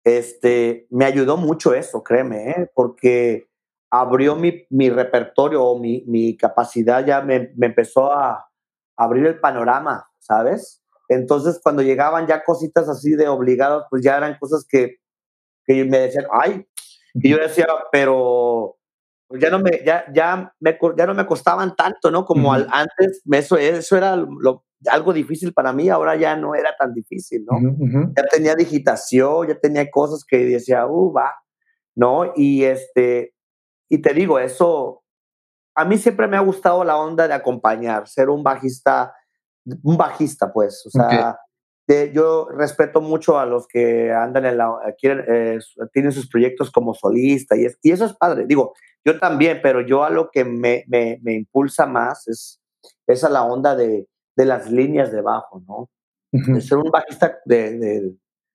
este, me ayudó mucho eso, créeme, ¿eh? Porque abrió mi, mi repertorio o mi, mi capacidad, ya me, me empezó a abrir el panorama, ¿sabes? Entonces, cuando llegaban ya cositas así de obligados, pues ya eran cosas que, que me decían, ay, y yo decía, pero pues ya no me, ya, ya me, ya no me costaban tanto, ¿no? Como uh-huh. al, antes, eso, eso era lo, algo difícil para mí, ahora ya no era tan difícil, ¿no? Uh-huh. Ya tenía digitación, ya tenía cosas que decía, uh, va, ¿no? Y este, y te digo, eso, a mí siempre me ha gustado la onda de acompañar, ser un bajista, un bajista, pues, o sea, okay. de, yo respeto mucho a los que andan en la, quieren, eh, tienen sus proyectos como solista, y, es, y eso es padre, digo, yo también, pero yo a lo que me, me, me impulsa más es, es a la onda de, de las líneas de bajo, ¿no? Uh-huh. De ser un bajista de, de,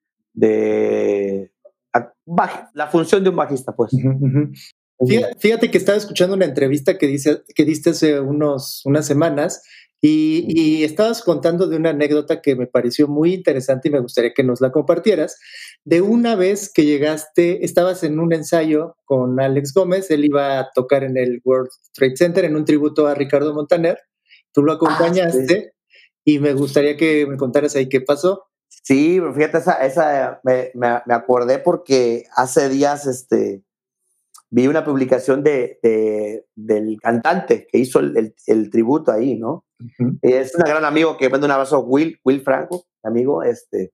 de baj, la función de un bajista, pues. Uh-huh. Fíjate, fíjate que estaba escuchando una entrevista que, dice, que diste hace unos, unas semanas y, y estabas contando de una anécdota que me pareció muy interesante y me gustaría que nos la compartieras. De una vez que llegaste, estabas en un ensayo con Alex Gómez, él iba a tocar en el World Trade Center en un tributo a Ricardo Montaner, tú lo acompañaste ah, sí. y me gustaría que me contaras ahí qué pasó. Sí, fíjate, esa, esa me, me, me acordé porque hace días este, vi una publicación de, de, del cantante que hizo el, el, el tributo ahí, ¿no? Uh-huh. Es un gran amigo que manda un abrazo, Will, Will Franco, amigo, este,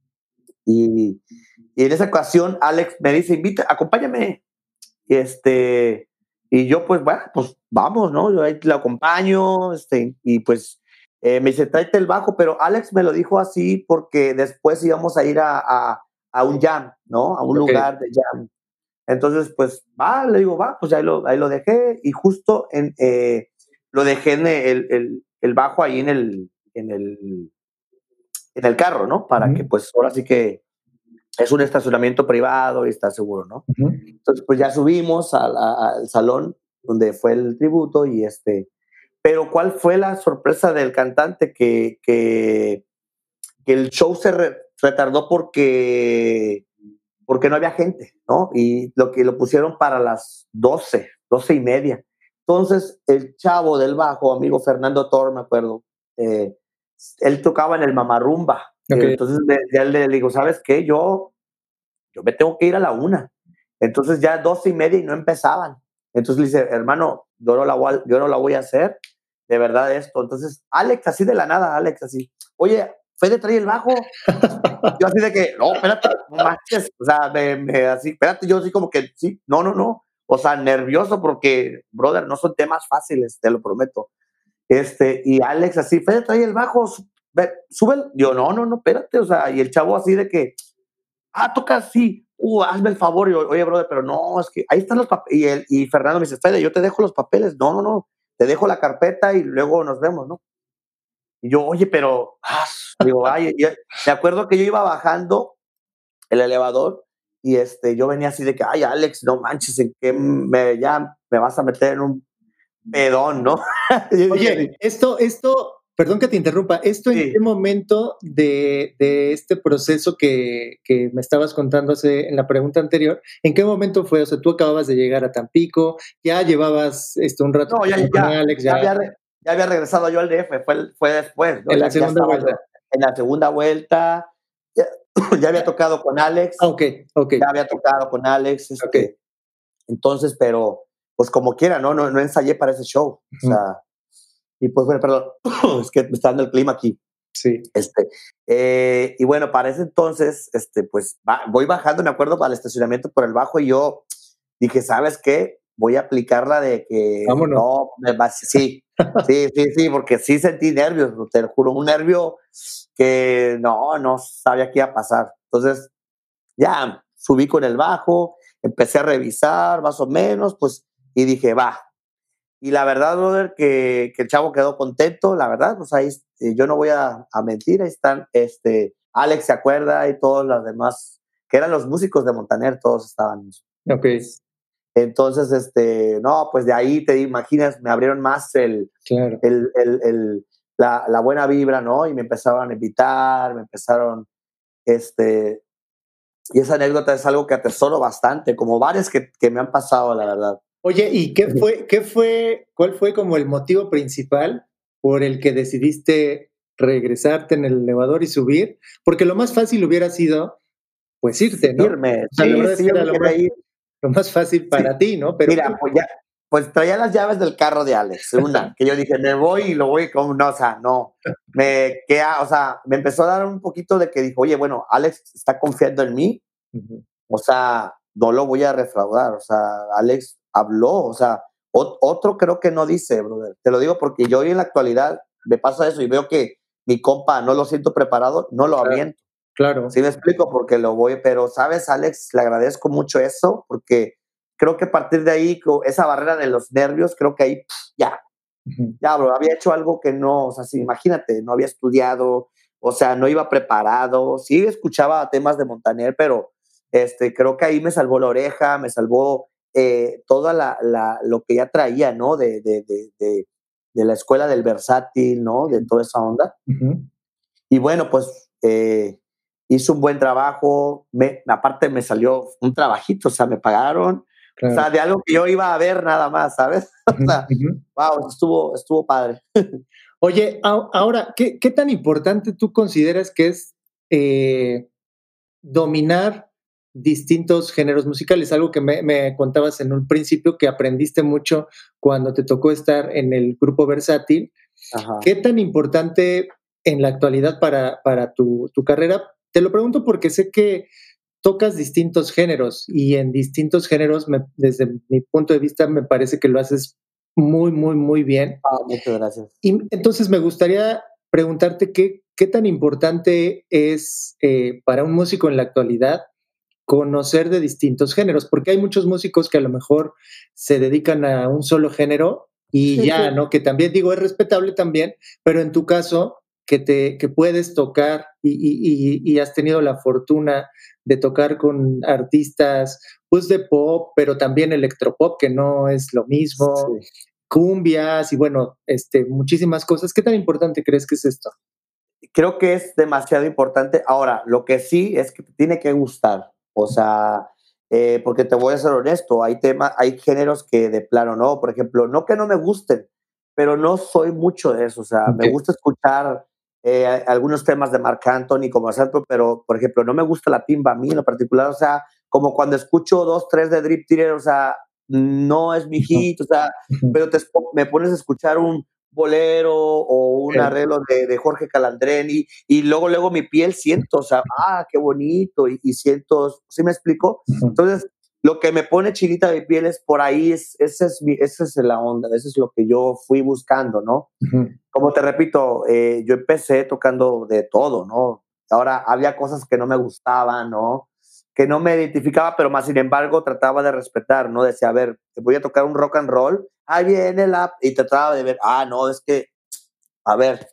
y, y en esa ocasión Alex me dice, invita, acompáñame, este, y yo pues, bueno, pues vamos, ¿no? Yo ahí lo acompaño, este, y pues eh, me dice, tráete el bajo, pero Alex me lo dijo así porque después íbamos a ir a, a, a un jam, ¿no? A un okay. lugar de jam. Entonces, pues, va, le digo, va, pues ahí lo, ahí lo dejé y justo en, eh, lo dejé en el, el, el bajo ahí en el, en el, en el carro, ¿no? Para uh-huh. que, pues, ahora sí que es un estacionamiento privado y está seguro, ¿no? Uh-huh. Entonces, pues ya subimos al, al salón donde fue el tributo y este, pero ¿cuál fue la sorpresa del cantante? Que, que, que el show se re, retardó porque... porque no había gente, ¿no? Y lo que lo pusieron para las doce, doce y media. Entonces, el chavo del bajo, amigo Fernando Tor, me acuerdo, eh, él tocaba en el Mamarrumba. Okay. Entonces, ya le digo, ¿sabes qué? Yo, yo me tengo que ir a la una. Entonces, ya doce y media y no empezaban. Entonces le dice, hermano, yo no la voy a, yo no la voy a hacer, de verdad esto. Entonces, Alex, así de la nada, Alex, así, oye, Fede, trae el bajo. Yo así de que, no, espérate, no manches, o sea, me, me, así, espérate, yo así como que, sí, no, no, no, o sea, nervioso porque, brother, no son temas fáciles, te lo prometo. Este, y Alex así, Fede, trae el bajo, sube, yo, no, no, no, espérate, o sea, y el chavo así de que, ah, toca así, uh, hazme el favor, y yo, oye, brother, pero no, es que ahí están los papeles, y, él, y Fernando me dice, Fede, yo te dejo los papeles, no, no, no, te dejo la carpeta y luego nos vemos, ¿no? Y yo, oye, pero, ah, digo, ay, y, me acuerdo que yo iba bajando el elevador y este, yo venía así de que, ay, Alex, no manches, en que me, ya me vas a meter en un pedón, ¿no? Oye, esto, esto, perdón que te interrumpa, ¿esto en sí. qué momento de, de este proceso que, que me estabas contando hace, en la pregunta anterior, en qué momento fue? O sea, tú acababas de llegar a Tampico, ya llevabas esto, un rato no, ya, con ya, Alex, ya, ya, había, ya había regresado yo al D F, fue, fue después, ¿no? en la Ya, ya segunda estaba vuelta. en la segunda vuelta, ya, ya había tocado con Alex, Ah, ok, ok. ya había tocado con Alex, este, okay. Entonces, pero, pues como quiera, ¿no? No, no ensayé para ese show, o sea, y pues bueno, perdón, es que me está dando el clima aquí. Sí. Este, eh, y bueno, para ese entonces, este, pues va, voy bajando, me acuerdo, para el estacionamiento por el bajo y yo dije, ¿sabes qué? Voy a aplicar la de que Vámonos. no, me va, sí, sí, sí, sí, porque sí sentí nervios, te lo juro, un nervio que no, no sabía qué iba a pasar. Entonces, ya subí con el bajo, empecé a revisar más o menos, pues, y dije, va. Y la verdad, brother, que, que el chavo quedó contento, la verdad, pues ahí eh, yo no voy a, a mentir, ahí están, este, Alex se acuerda y todos los demás, que eran los músicos de Montaner, todos estaban. Ok. Entonces, este, no, pues de ahí te imaginas, me abrieron más el, claro. el, el, el la, la buena vibra, ¿no? Y me empezaron a invitar, me empezaron, este, y esa anécdota es algo que atesoro bastante, como varias que, que me han pasado, la verdad. Oye, ¿y qué fue, qué fue, cuál fue como el motivo principal por el que decidiste regresarte en el elevador y subir? Porque lo más fácil hubiera sido, pues, irte, ¿no? Irme, O sea, la sí, verdad es sí, que yo era me lo quería más, ir. lo más fácil para Sí. ti, ¿no? Pero Mira, pues ya, pues traía las llaves del carro de Alex, una, que yo dije, me voy y lo voy como, no, o sea, no, me queda, o sea, me empezó a dar un poquito de que dijo, oye, bueno, Alex está confiando en mí, uh-huh. O sea, no lo voy a defraudar, o sea, Alex habló, o sea, ot- otro creo que no dice, brother, te lo digo porque yo hoy en la actualidad me pasa eso y veo que mi compa no lo siento preparado, no lo claro, aviento. Claro. Sí me explico porque lo voy, pero sabes, Alex, le agradezco mucho eso porque creo que a partir de ahí, esa barrera de los nervios, creo que ahí pff, ya, uh-huh. ya, bro, había hecho algo que no, o sea, sí, imagínate, no había estudiado, o sea, no iba preparado, sí escuchaba temas de Montaner, pero este, creo que ahí me salvó la oreja, me salvó eh, toda la, la, lo que ya traía, ¿no? De, de, de, de, de la escuela del versátil, ¿no? De toda esa onda. Uh-huh. Y bueno, pues eh, hice un buen trabajo, me, aparte me salió un trabajito, o sea, me pagaron, claro. O sea, de algo que yo iba a ver nada más, ¿sabes? O sea, uh-huh. Wow, estuvo, estuvo padre. Oye, a, ahora, ¿qué, ¿qué tan importante tú consideras que es eh, dominar distintos géneros musicales? Algo que me, me contabas en un principio que aprendiste mucho cuando te tocó estar en el grupo versátil. Ajá. ¿Qué tan importante en la actualidad para, para tu, tu carrera? Te lo pregunto porque sé que tocas distintos géneros y en distintos géneros, me, desde mi punto de vista, me parece que lo haces muy, muy, muy bien. Ah, muchas gracias. Y entonces me gustaría preguntarte qué, qué tan importante es eh, para un músico en la actualidad conocer de distintos géneros, porque hay muchos músicos que a lo mejor se dedican a un solo género y sí, ya, sí. ¿no? Que también, digo, es respetable también, pero en tu caso, que, te, que puedes tocar y, y, y has tenido la fortuna de tocar con artistas, pues de pop, pero también electropop, que no es lo mismo, sí. Cumbias y bueno, este, muchísimas cosas. ¿Qué tan importante crees que es esto? Creo que es demasiado importante. Ahora, lo que sí es que te tiene que gustar. O sea, eh, porque te voy a ser honesto, hay temas, hay géneros que de plano no. Por ejemplo, no que no me gusten, pero no soy mucho de eso. O sea, okay. Me gusta escuchar eh, algunos temas de Marc Anthony como ejemplo, pero, por ejemplo, no me gusta la timba a mí en lo particular. O sea, como cuando escucho dos, tres de Drip Theater, o sea, no es mi hit, o sea, uh-huh. pero te, me pones a escuchar un bolero o un okay. arreglo de, de Jorge Calandreni y luego, luego mi piel siento, o sea, ah, qué bonito, y, y siento, ¿sí me explico? Uh-huh. Entonces, lo que me pone chinita mi piel es por ahí, es, esa es, mi, esa es la onda, eso es lo que yo fui buscando, ¿no? Uh-huh. Como te repito, eh, yo empecé tocando de todo, ¿no? Ahora, había cosas que no me gustaban, ¿no? Que no me identificaba, pero más sin embargo trataba de respetar, ¿no? Decía, a ver, te voy a tocar un rock and roll, ahí viene la... Y trataba de ver, ah, no, es que, a ver,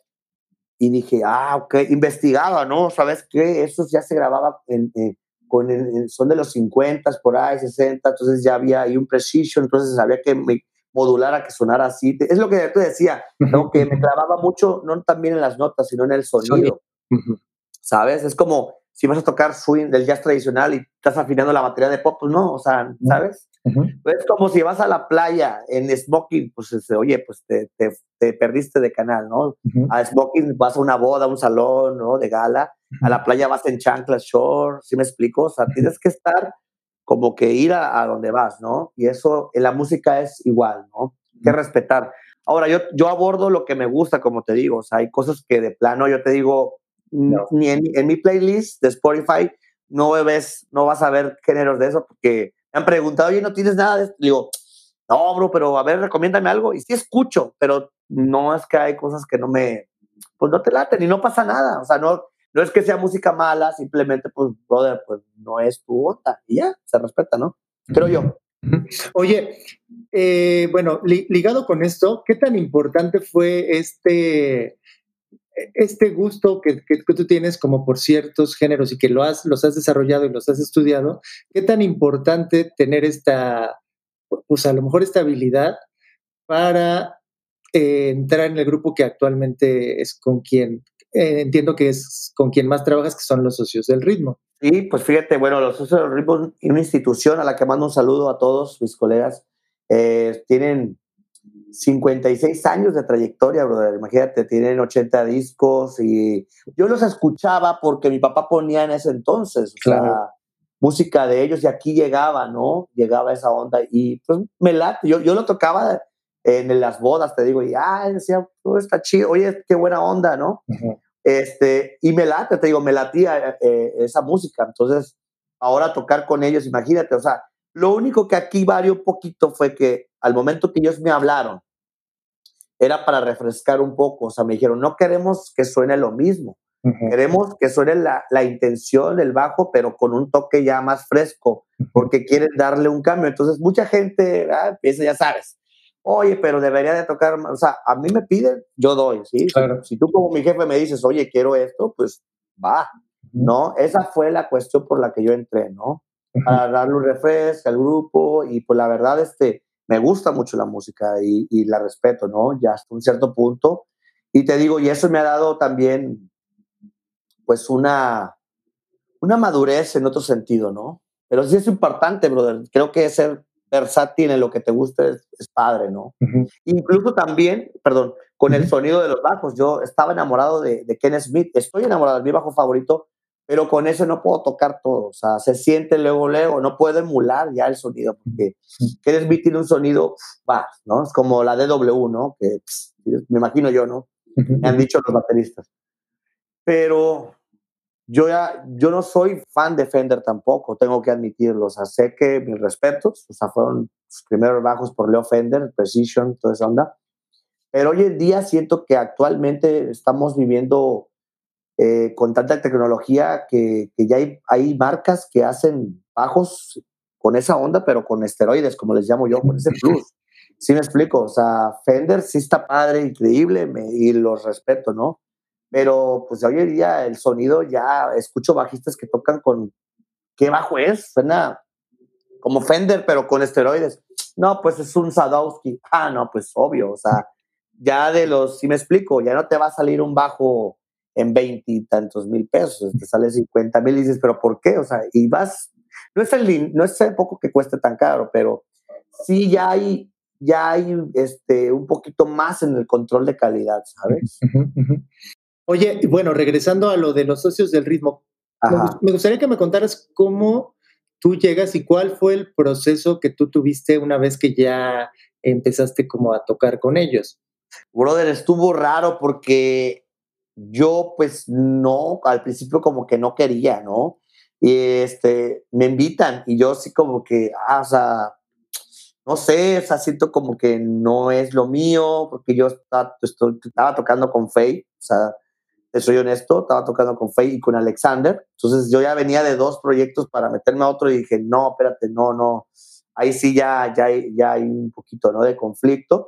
y dije, ah, ok, investigaba, ¿no? ¿Sabes qué? Eso ya se grababa en, en, con el, en, son de los cincuenta, por ahí, sesenta, entonces ya había ahí un precision, entonces había que me modular a que sonara así. Es lo que te decía, ¿no? Que me clavaba mucho, no también en las notas, sino en el sonido, uh-huh. ¿Sabes? Es como si vas a tocar swing del jazz tradicional y estás afinando la batería de pop, pues no, o sea, ¿sabes? Uh-huh. Es como si vas a la playa en smoking, pues oye, pues te, te, te perdiste de canal, ¿no? Uh-huh. A smoking vas a una boda, a un salón, ¿no? De gala, uh-huh. A la playa vas en chanclas short, ¿sí me explico? O sea, uh-huh. Tienes que estar como que ir a, a donde vas, ¿no? Y eso en la música es igual, ¿no? Hay que respetar. Ahora, yo, yo abordo lo que me gusta, como te digo, o sea, hay cosas que de plano yo te digo, no. Ni en, en mi playlist de Spotify no ves, no vas a ver géneros de eso, porque me han preguntado, oye, ¿no tienes nada de esto? Digo, no, bro, pero a ver, recomiéndame algo. Y sí escucho, pero no es que hay cosas que no me, pues no te laten y no pasa nada. O sea, no, no es que sea música mala, simplemente, pues, brother, pues no es tu onda. Y ya, se respeta, ¿no? Creo yo. Oye, eh, bueno, li- ligado con esto, ¿qué tan importante fue este... este gusto que, que, que tú tienes como por ciertos géneros y que lo has, los has desarrollado y los has estudiado, qué tan importante tener esta, pues a lo mejor esta habilidad para eh, entrar en el grupo que actualmente es con quien, eh, entiendo que es con quien más trabajas, que son los socios del ritmo? Sí, pues fíjate, bueno, los socios del ritmo es una institución a la que mando un saludo a todos mis colegas. Eh, tienen cincuenta y seis años de trayectoria, brother. Imagínate, tienen ochenta discos y yo los escuchaba porque mi papá ponía en ese entonces, o Claro. sea, música de ellos y aquí llegaba, ¿no? Llegaba esa onda y pues me late. Yo, yo lo tocaba en las bodas, te digo, y ah, decía, oh, está chido, oye, qué buena onda, ¿no? Uh-huh. Este, y me late, te digo, me latía eh, esa música. Entonces, ahora tocar con ellos, imagínate, o sea, lo único que aquí varió un poquito fue que al momento que ellos me hablaron, era para refrescar un poco, o sea, me dijeron, no queremos que suene lo mismo, uh-huh. Queremos que suene la, la intención del bajo, pero con un toque ya más fresco, porque quieren darle un cambio. Entonces, mucha gente ah, piensa, ya sabes, oye, pero debería de tocar, o sea, a mí me piden, yo doy, ¿sí? Claro. Si, si tú como mi jefe me dices, oye, quiero esto, pues va, uh-huh. ¿No? Esa fue la cuestión por la que yo entré, ¿no? Uh-huh. Para darle un refresco al grupo y pues la verdad, este, me gusta mucho la música y, y la respeto, ¿no? Ya hasta un cierto punto. Y te digo, y eso me ha dado también, pues, una, una madurez en otro sentido, ¿no? Pero sí es importante, brother. Creo que ser versátil en lo que te gusta es, es padre, ¿no? Uh-huh. Incluso también, perdón, con uh-huh. el sonido de los bajos. Yo estaba enamorado de, de Ken Smith. Estoy enamorado de mi bajo favorito, pero con eso no puedo tocar todo. O sea, se siente luego, luego. No puedo emular ya el sonido, porque Ken Smith tiene un sonido, va, ¿no? Es como la D W, ¿no? Que pss, me imagino yo, ¿no? Uh-huh. Me han dicho los bateristas. Pero yo ya, yo no soy fan de Fender tampoco, tengo que admitirlo. O sea, sé que mis respetos, o sea, fueron sus primeros bajos por Leo Fender, Precision, toda esa onda. Pero hoy en día siento que actualmente estamos viviendo eh, con tanta tecnología que, que ya hay, hay marcas que hacen bajos con esa onda, pero con esteroides, como les llamo yo, con ese plus. ¿Sí me explico? O sea, Fender sí está padre, increíble, me, y los respeto, ¿no? Pero pues hoy en día el sonido ya escucho bajistas que tocan con, ¿qué bajo es? Suena como Fender, pero con esteroides. No, pues es un Sadowski. Ah, no, pues obvio, o sea, ya de los, si me explico, ya no te va a salir un bajo en veinte y tantos mil pesos, te sale cincuenta mil y dices, ¿pero por qué? O sea, y vas, no es el, no es el poco que cueste tan caro, pero sí ya hay, ya hay este, un poquito más en el control de calidad, ¿sabes? Uh-huh, uh-huh. Oye, bueno, regresando a lo de los socios del ritmo, me, me gustaría que me contaras cómo tú llegas y cuál fue el proceso que tú tuviste una vez que ya empezaste como a tocar con ellos. Brother, estuvo raro porque yo pues no, al principio como que no quería, ¿no? Y este, me invitan y yo sí como que, ah, o sea, no sé, o sea, siento como que no es lo mío, porque yo estaba, estoy- estaba tocando con Faye, o sea, te soy honesto, estaba tocando con Faye y con Alexander, entonces yo ya venía de dos proyectos para meterme a otro y dije, no, espérate, no, no, ahí sí ya, ya, hay- ya hay un poquito, ¿no? De conflicto.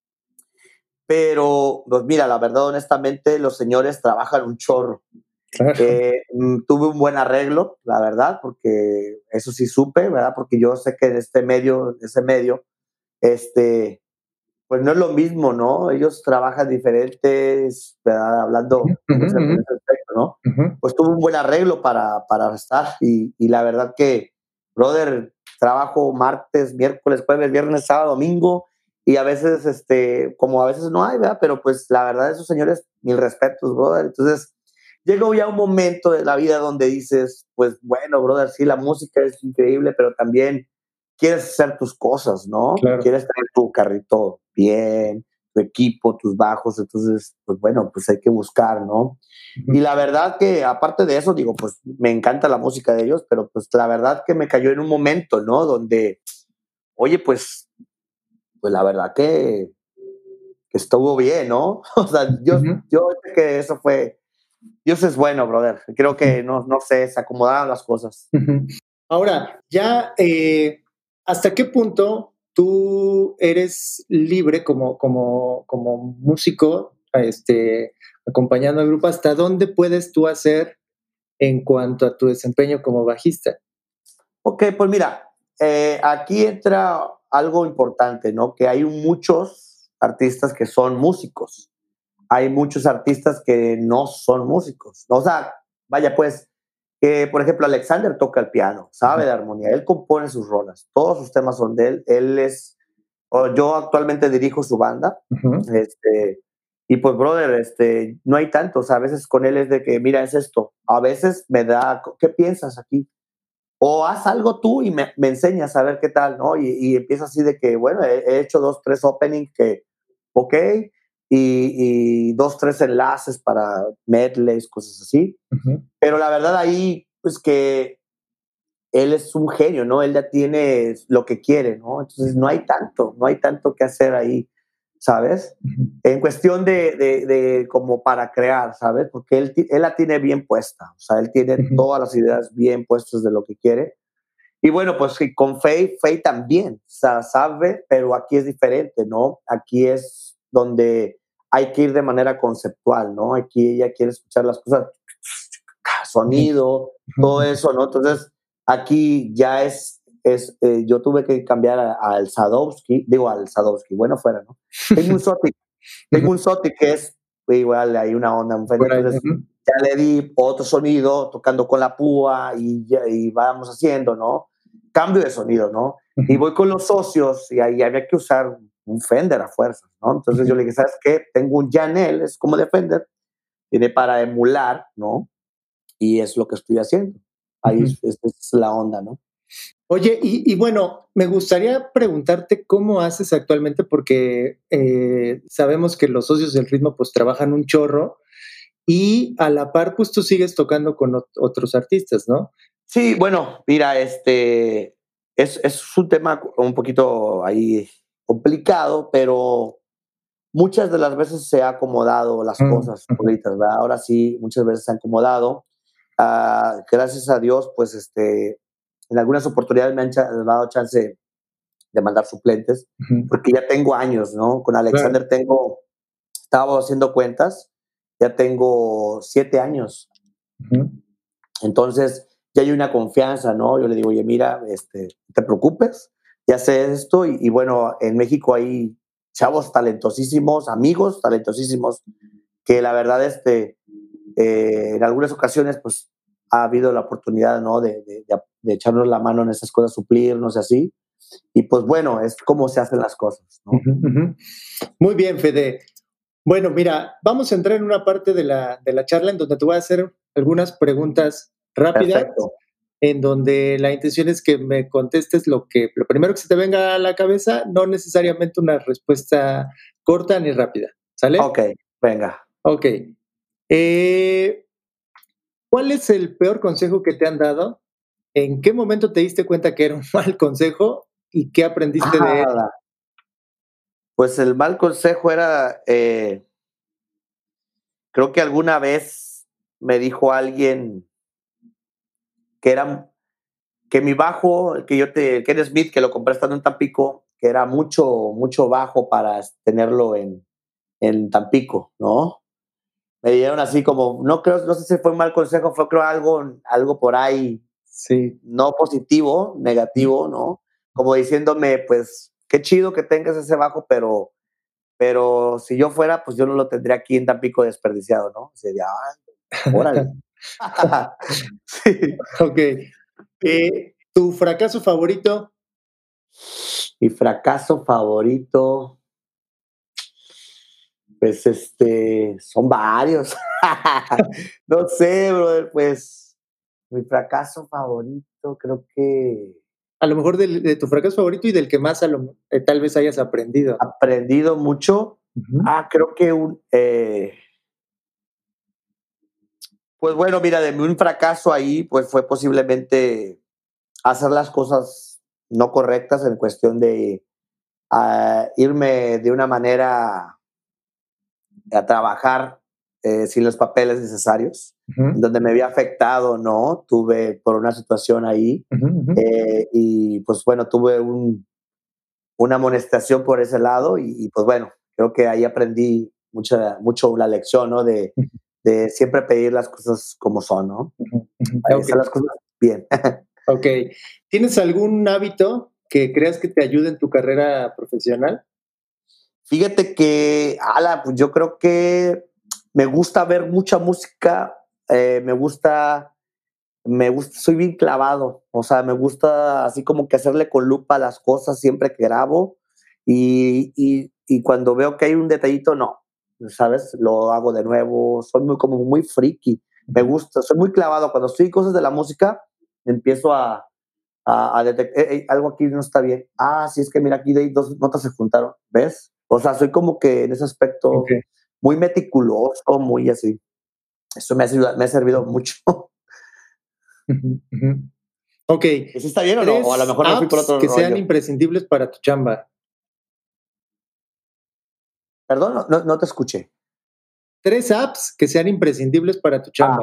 Pero, pues mira, la verdad, honestamente, los señores trabajan un chorro. Claro. Eh, mm, tuve un buen arreglo, la verdad, porque eso sí supe, ¿verdad? Porque yo sé que en este medio, en ese medio, este, pues no es lo mismo, ¿no? Ellos trabajan diferentes, ¿verdad? Ujú, Hablando en ujú, ese, en ese aspecto, ¿no? ujú. Pues tuve un buen arreglo para, para estar y, y la verdad que, brother, trabajo martes, miércoles, jueves, viernes, sábado, domingo y a veces, este, como a veces no hay, ¿verdad? Pero pues la verdad, esos señores, mil respetos, brother. Entonces, llegó ya un momento de la vida donde dices, pues bueno, brother, sí, la música es increíble, pero también quieres hacer tus cosas, ¿no? Claro. Quieres tener tu carrito bien, tu equipo, tus bajos, entonces, pues bueno, pues hay que buscar, ¿no? Ujú. Y la verdad que aparte de eso, digo, pues me encanta la música de ellos, pero pues la verdad que me cayó en un momento, ¿no? Donde, oye, pues, pues la verdad que, que estuvo bien, ¿no? O sea, yo, Ujú, yo sé que eso fue, Dios es bueno, brother. Creo ujú, que no, no sé, se acomodaron las cosas. ujú. Ahora, ya, eh, ¿hasta qué punto tú eres libre como, como, como músico, este, acompañando al grupo? ¿Hasta dónde puedes tú hacer en cuanto a tu desempeño como bajista? Ok, pues mira, eh, aquí entra algo importante, ¿no? Que hay muchos artistas que son músicos. Hay muchos artistas que no son músicos. O sea, vaya pues, que por ejemplo Alexander toca el piano, sabe de armonía, él compone sus rolas, todos sus temas son de él, él es, o yo actualmente dirijo su banda, Ujú, este, y pues brother, este, no hay tanto, o sea, a veces con él es de que, mira, es esto, a veces me da, ¿qué piensas aquí? O haz algo tú y me, me enseñas a ver qué tal, ¿no? Y, y empieza así de que, bueno, he, he hecho dos, tres openings que, ok, y, y dos, tres enlaces para medleys, cosas así. ujú, Pero la verdad ahí, pues que él es un genio, ¿no? Él ya tiene lo que quiere, ¿no? Entonces no hay tanto, no hay tanto que hacer ahí, ¿sabes? ujú, En cuestión de, de, de como para crear, ¿sabes? Porque él, él la tiene bien puesta, o sea, él tiene ujú, todas las ideas bien puestas de lo que quiere. Y bueno, pues sí, con Faye, Faye también, o sea, sabe, pero aquí es diferente, ¿no? Aquí es donde hay que ir de manera conceptual, ¿no? Aquí ella quiere escuchar las cosas, ujú, sonido, todo ujú, eso, ¿no? Entonces, aquí ya es, es eh, yo tuve que cambiar a- al Sadowski, digo al Sadowski, bueno fuera, ¿no? Tengo un Zotic, ujú. tengo un Zotic que es igual, hay una onda, un Fender, Por ahí, entonces ujú, ya le di otro sonido, tocando con la púa y, ya, y vamos haciendo, ¿no? Cambio de sonido, ¿no? Y ujú, voy con los socios y ahí había que usar un Fender a fuerzas, ¿no? Entonces ujú, yo le dije, ¿sabes qué? Tengo un Janel, es como de Fender, tiene para emular, ¿no? Y es lo que estoy haciendo. Ahí ujú. es, es, es la onda, ¿no? Oye, y, y bueno, me gustaría preguntarte cómo haces actualmente, porque eh, sabemos que los socios del ritmo pues trabajan un chorro y a la par pues tú sigues tocando con ot- otros artistas, ¿no? Sí, bueno, mira, este es, es un tema un poquito ahí complicado, pero muchas de las veces se ha acomodado las Mm, cosas ujú, ahorita, ¿verdad? Ahora sí, muchas veces se han acomodado. Ah, gracias a Dios, pues este, en algunas oportunidades me han cha- dado chance de mandar suplentes, ujú. porque ya tengo años, ¿no? Con Claro. Alexander tengo, estaba haciendo cuentas, ya tengo siete años. Ujú, Entonces, ya hay una confianza, ¿no? Yo le digo, oye, mira, este, no te preocupes, ya sé esto. Y, y bueno, en México hay chavos talentosísimos, amigos talentosísimos, que la verdad, este, eh, en algunas ocasiones, pues, ha habido la oportunidad, ¿no? De, de, de, de echarnos la mano en esas cosas, suplirnos y así. Y pues bueno, es como se hacen las cosas, ¿no? ujú, ujú. Muy bien, Fede. Bueno, mira, vamos a entrar en una parte de la, de la charla en donde te voy a hacer algunas preguntas rápidas Perfecto. en donde la intención es que me contestes lo que lo primero que se te venga a la cabeza, no necesariamente una respuesta corta ni rápida, ¿sale? Ok, venga. Ok. Eh, ¿Cuál es el peor consejo que te han dado? ¿En qué momento te diste cuenta que era un mal consejo y qué aprendiste de él? Ah, pues el mal consejo era, eh, creo que alguna vez me dijo alguien que era que mi bajo, el que yo te, el Ken Smith, que lo compré estando en Tampico, que era mucho, mucho bajo para tenerlo en, en Tampico, ¿no? Me dieron así como, no creo, no sé si fue un mal consejo, fue creo algo, algo por ahí, Sí. no positivo, negativo, ¿no? Como diciéndome, pues, qué chido que tengas ese bajo, pero, pero si yo fuera, pues yo no lo tendría aquí en Tampico desperdiciado, ¿no? Sería, ah, órale. Sí. Ok. Eh, ¿Tu fracaso favorito? Mi fracaso favorito, pues este, son varios. No sé, brother, pues mi fracaso favorito creo que A lo mejor del de tu fracaso favorito y del que más a lo eh, tal vez hayas aprendido. aprendido mucho. Ujú, Ah, creo que un, eh, pues bueno, mira, de un fracaso ahí, pues fue posiblemente hacer las cosas no correctas en cuestión de ah, irme de una manera a trabajar eh, sin los papeles necesarios, en ujú, donde me había afectado, ¿no? Tuve por una situación ahí ujú, ujú, eh, y pues bueno, tuve un, una amonestación por ese lado y, y, pues bueno, creo que ahí aprendí mucha, mucho la lección, ¿no? De, ujú, de siempre pedir las cosas como son, ¿no? ujú, ujú. Para hacer Okey, las cosas bien. okey. ¿Tienes algún hábito que creas que te ayude en tu carrera profesional? Fíjate que, ala, pues yo creo que me gusta ver mucha música, eh, me gusta me gusta, soy bien clavado, o sea, me gusta así como que hacerle con lupa a las cosas siempre que grabo y, y, y cuando veo que hay un detallito, no, ¿sabes? Lo hago de nuevo, soy muy como muy friki, me Ujú, gusta, soy muy clavado, cuando estoy en cosas de la música, empiezo a, a, a detectar, hey, hey, algo aquí no está bien, ah, sí, es que mira, aquí de ahí dos notas se juntaron, ¿ves? O sea, soy como que en ese aspecto okey. muy meticuloso, muy así, eso me ha, sido, me ha servido mucho. Ujú, ujú. Okey, ¿Eso está bien o no? O a lo tres mejor me fui por apps otro que sean rollo. imprescindibles para tu chamba. Perdón, no, no, no te escuché. Tres apps que sean imprescindibles para tu Ah, chamba.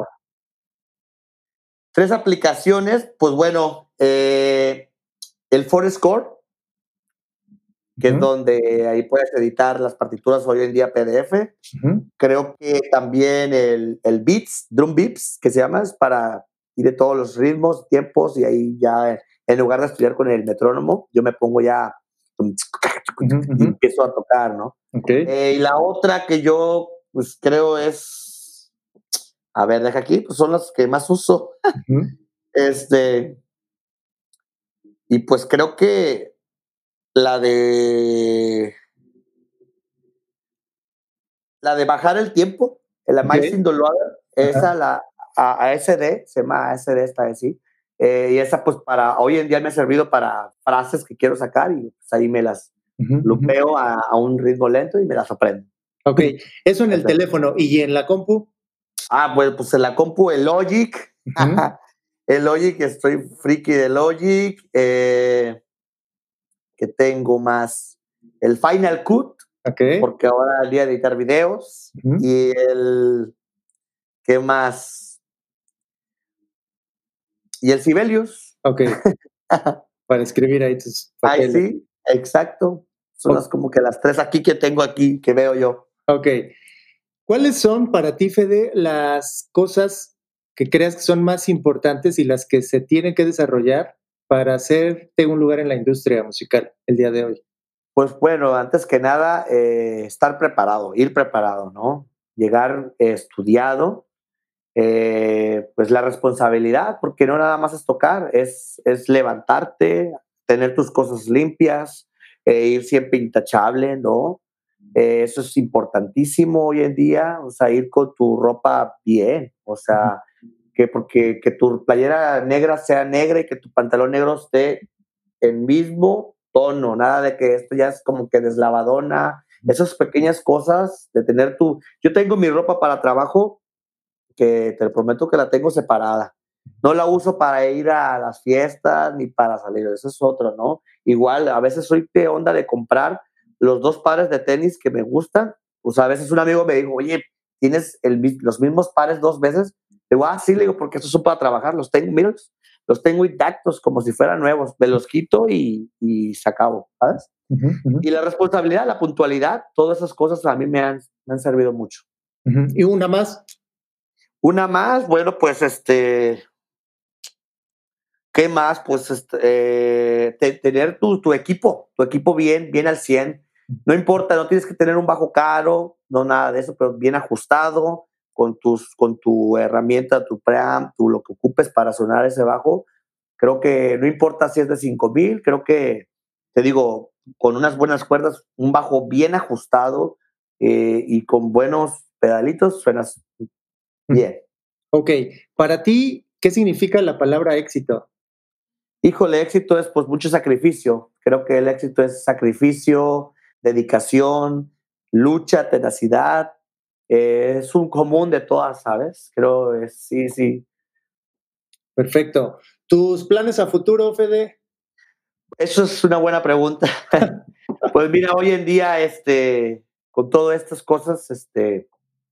tres aplicaciones, pues bueno, eh, el Forescore, que es Ujú, donde ahí puedes editar las partituras hoy en día P D F. ujú, Creo que también el, el Beats, Drum Beats, que se llama, es para ir de todos los ritmos, tiempos, y ahí ya en lugar de estudiar con el metrónomo, yo me pongo ya ujú, y ujú. empiezo a tocar, ¿no? Okey. Eh, y la otra que yo, pues creo es, a ver, deja aquí, pues son las que más uso. Ujú. Este, y pues creo que la de la de bajar el tiempo, el Okey. Amazing Downloader, Ajá. esa la a, a S D, se llama A S D esta vez sí. Eh, y esa pues para hoy en día me ha servido para frases que quiero sacar y pues ahí me las Ujú, ujú. lupeo a, a un ritmo lento y me las aprendo. Okey, eso en el Esa. teléfono, ¿y en la compu? Ah, pues, pues en la compu el Logic. Ujú. El Logic, estoy friki de Logic. Eh, ¿Qué tengo más? El Final Cut, Okey. porque ahora el día de editar videos. Ujú. Y el, ¿qué más? Y el Sibelius. Okey, para escribir ahí tus Ay, papeles. sí, exacto. Son O las como que las tres aquí que tengo aquí, que veo yo. okey. ¿Cuáles son para ti, Fede, las cosas que creas que son más importantes y las que se tienen que desarrollar para hacerte un lugar en la industria musical el día de hoy? Pues bueno, antes que nada, eh, estar preparado, ir preparado, ¿no? Llegar eh, estudiado, eh, pues la responsabilidad, porque no nada más es tocar, es, es levantarte, tener tus cosas limpias, eh, ir siempre intachable, ¿no? Eh, eso es importantísimo hoy en día, o sea, ir con tu ropa bien, o Ujú, sea, que porque que tu playera negra sea negra y que tu pantalón negro esté en mismo tono, nada de que esto ya es como que deslavadona, esas pequeñas cosas de tener tu... Yo tengo mi ropa para trabajo que te prometo que la tengo separada. No la uso para ir a las fiestas ni para salir, eso es otro, ¿no? Igual, a veces soy de onda de comprar los dos pares de tenis que me gustan. O sea, a veces un amigo me dijo, oye, ¿tienes el, los mismos pares dos veces? Le digo, ah, sí, le digo, porque estos son para trabajar, los tengo, mira, los tengo intactos como si fueran nuevos, me los quito y, y se acabó, ¿sabes? Uh-huh, uh-huh. Y la responsabilidad, la puntualidad, todas esas cosas a mí me han, me han servido mucho. Uh-huh. ¿Y una más? Una más, bueno, pues este, ¿qué más? Pues este, eh, te, tener tu, tu equipo, tu equipo bien, bien al cien. No importa, no tienes que tener un bajo caro, no nada de eso, pero bien ajustado, con, tus, con tu herramienta, tu preamp, tu, lo que ocupes para sonar ese bajo. Creo que no importa si es de cinco mil, creo que, te digo, con unas buenas cuerdas, un bajo bien ajustado eh, y con buenos pedalitos, suenas bien. Ok, para ti, ¿qué significa la palabra éxito? Híjole, éxito es pues mucho sacrificio. Creo que el éxito es sacrificio, dedicación, lucha, tenacidad. Eh, es un común de todas, ¿sabes? Creo que sí, sí. Perfecto. ¿Tus planes a futuro, Fede? Eso es una buena pregunta. Pues mira, hoy en día, este, con todas estas cosas, este,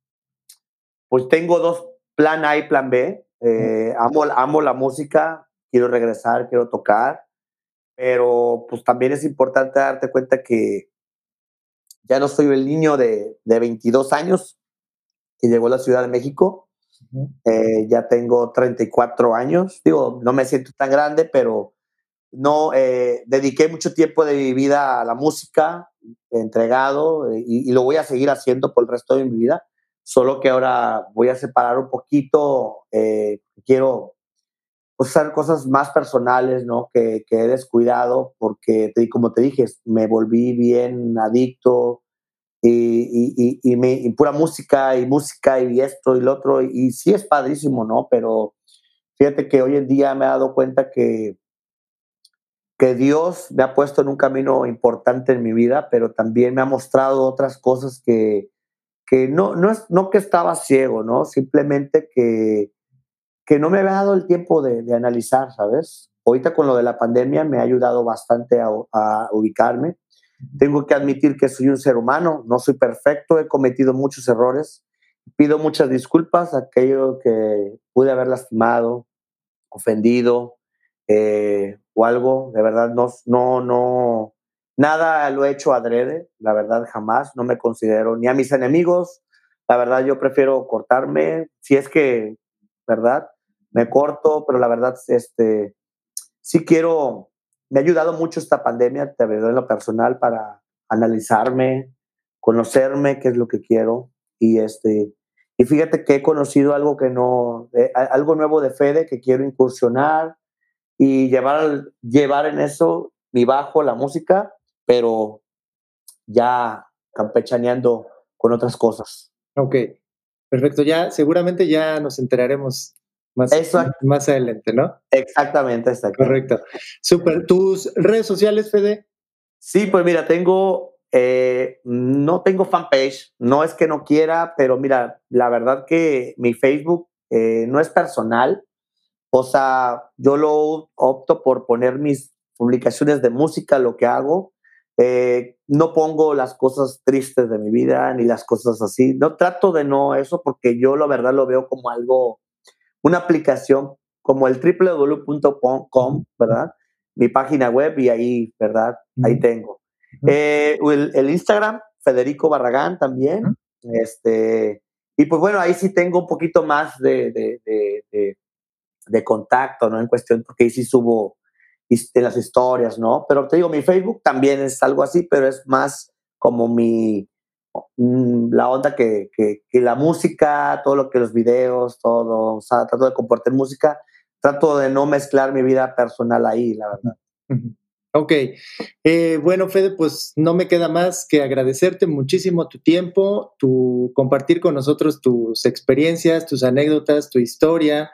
pues tengo dos, plan A y plan B. Eh, amo, amo la música, quiero regresar, quiero tocar, pero pues también es importante darte cuenta que ya no soy el niño de, de veintidós años que llegó a la Ciudad de México. Uh-huh. Eh, ya tengo treinta y cuatro años. Digo, no me siento tan grande, pero no eh, dediqué mucho tiempo de mi vida a la música, entregado, eh, y, y lo voy a seguir haciendo por el resto de mi vida. Solo que ahora voy a separar un poquito. Eh, quiero hacer cosas más personales, ¿no? Que, que he descuidado porque, como te dije, me volví bien adicto. Y, y, y, me, y pura música y música y esto y lo otro, y, y sí es padrísimo, ¿no? Pero fíjate que hoy en día me he dado cuenta que, que Dios me ha puesto en un camino importante en mi vida, pero también me ha mostrado otras cosas que, que no, no, es, no que estaba ciego, ¿no? Simplemente que, que no me había dado el tiempo de, de analizar, ¿sabes? Ahorita con lo de la pandemia me ha ayudado bastante a, a ubicarme. Tengo que admitir que soy un ser humano, no soy perfecto, he cometido muchos errores. Pido muchas disculpas a aquello que pude haber lastimado, ofendido eh, o algo. De verdad, no, no, no, nada lo he hecho adrede, la verdad jamás, no me considero ni a mis enemigos. La verdad yo prefiero cortarme, si es que, ¿verdad? Me corto, pero la verdad, este, sí quiero, me ha ayudado mucho esta pandemia, te verdad, en lo personal, para analizarme, conocerme, qué es lo que quiero. Y, este, y fíjate que he conocido algo que no, eh, algo nuevo de Fede que quiero incursionar y llevar, llevar en eso mi bajo, la música, pero ya campechaneando con otras cosas. Ok, perfecto. Ya, seguramente ya nos enteraremos más, más adelante, ¿no? Exactamente, exactamente. Correcto. Súper. ¿Tus redes sociales, Fede? Sí, pues mira, tengo, eh, no tengo fanpage, no es que no quiera, pero mira, la verdad que mi Facebook eh, no es personal, o sea, yo lo opto por poner mis publicaciones de música, lo que hago, eh, no pongo las cosas tristes de mi vida, ni las cosas así, no trato de no eso, porque yo la verdad lo veo como algo, una aplicación como el doble u doble u doble u punto com, ¿verdad? Mi página web y ahí, ¿verdad? Ahí tengo. Eh, el, el Instagram, Federico Barragán también. Este, y pues bueno, ahí sí tengo un poquito más de, de, de, de, de contacto, ¿no? En cuestión, porque ahí sí subo en las historias, ¿no? Pero te digo, mi Facebook también es algo así, pero es más como mi, la onda que, que, que la música, todo lo que los videos, todo, o sea, trato de compartir música, trato de no mezclar mi vida personal ahí, la verdad. Ok, eh, bueno, Fede, pues no me queda más que agradecerte muchísimo tu tiempo, tu compartir con nosotros tus experiencias, tus anécdotas, tu historia,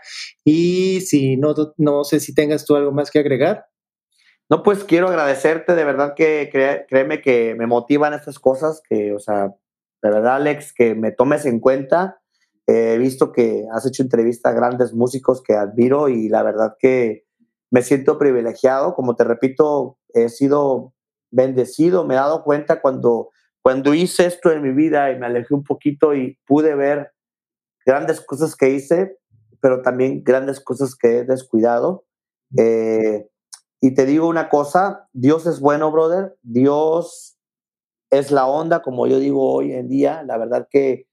y si no, no sé si tengas tú algo más que agregar. No, pues quiero agradecerte, de verdad que cre- créeme que me motivan estas cosas, que, o sea, de verdad, Alex, que me tomes en cuenta. Eh, he visto que has hecho entrevista a grandes músicos que admiro y la verdad que me siento privilegiado. Como te repito, he sido bendecido, me he dado cuenta cuando, cuando hice esto en mi vida y me alejé un poquito y pude ver grandes cosas que hice, pero también grandes cosas que he descuidado. Eh, y te digo una cosa, Dios es bueno, brother. Dios es la onda, como yo digo hoy en día. La verdad que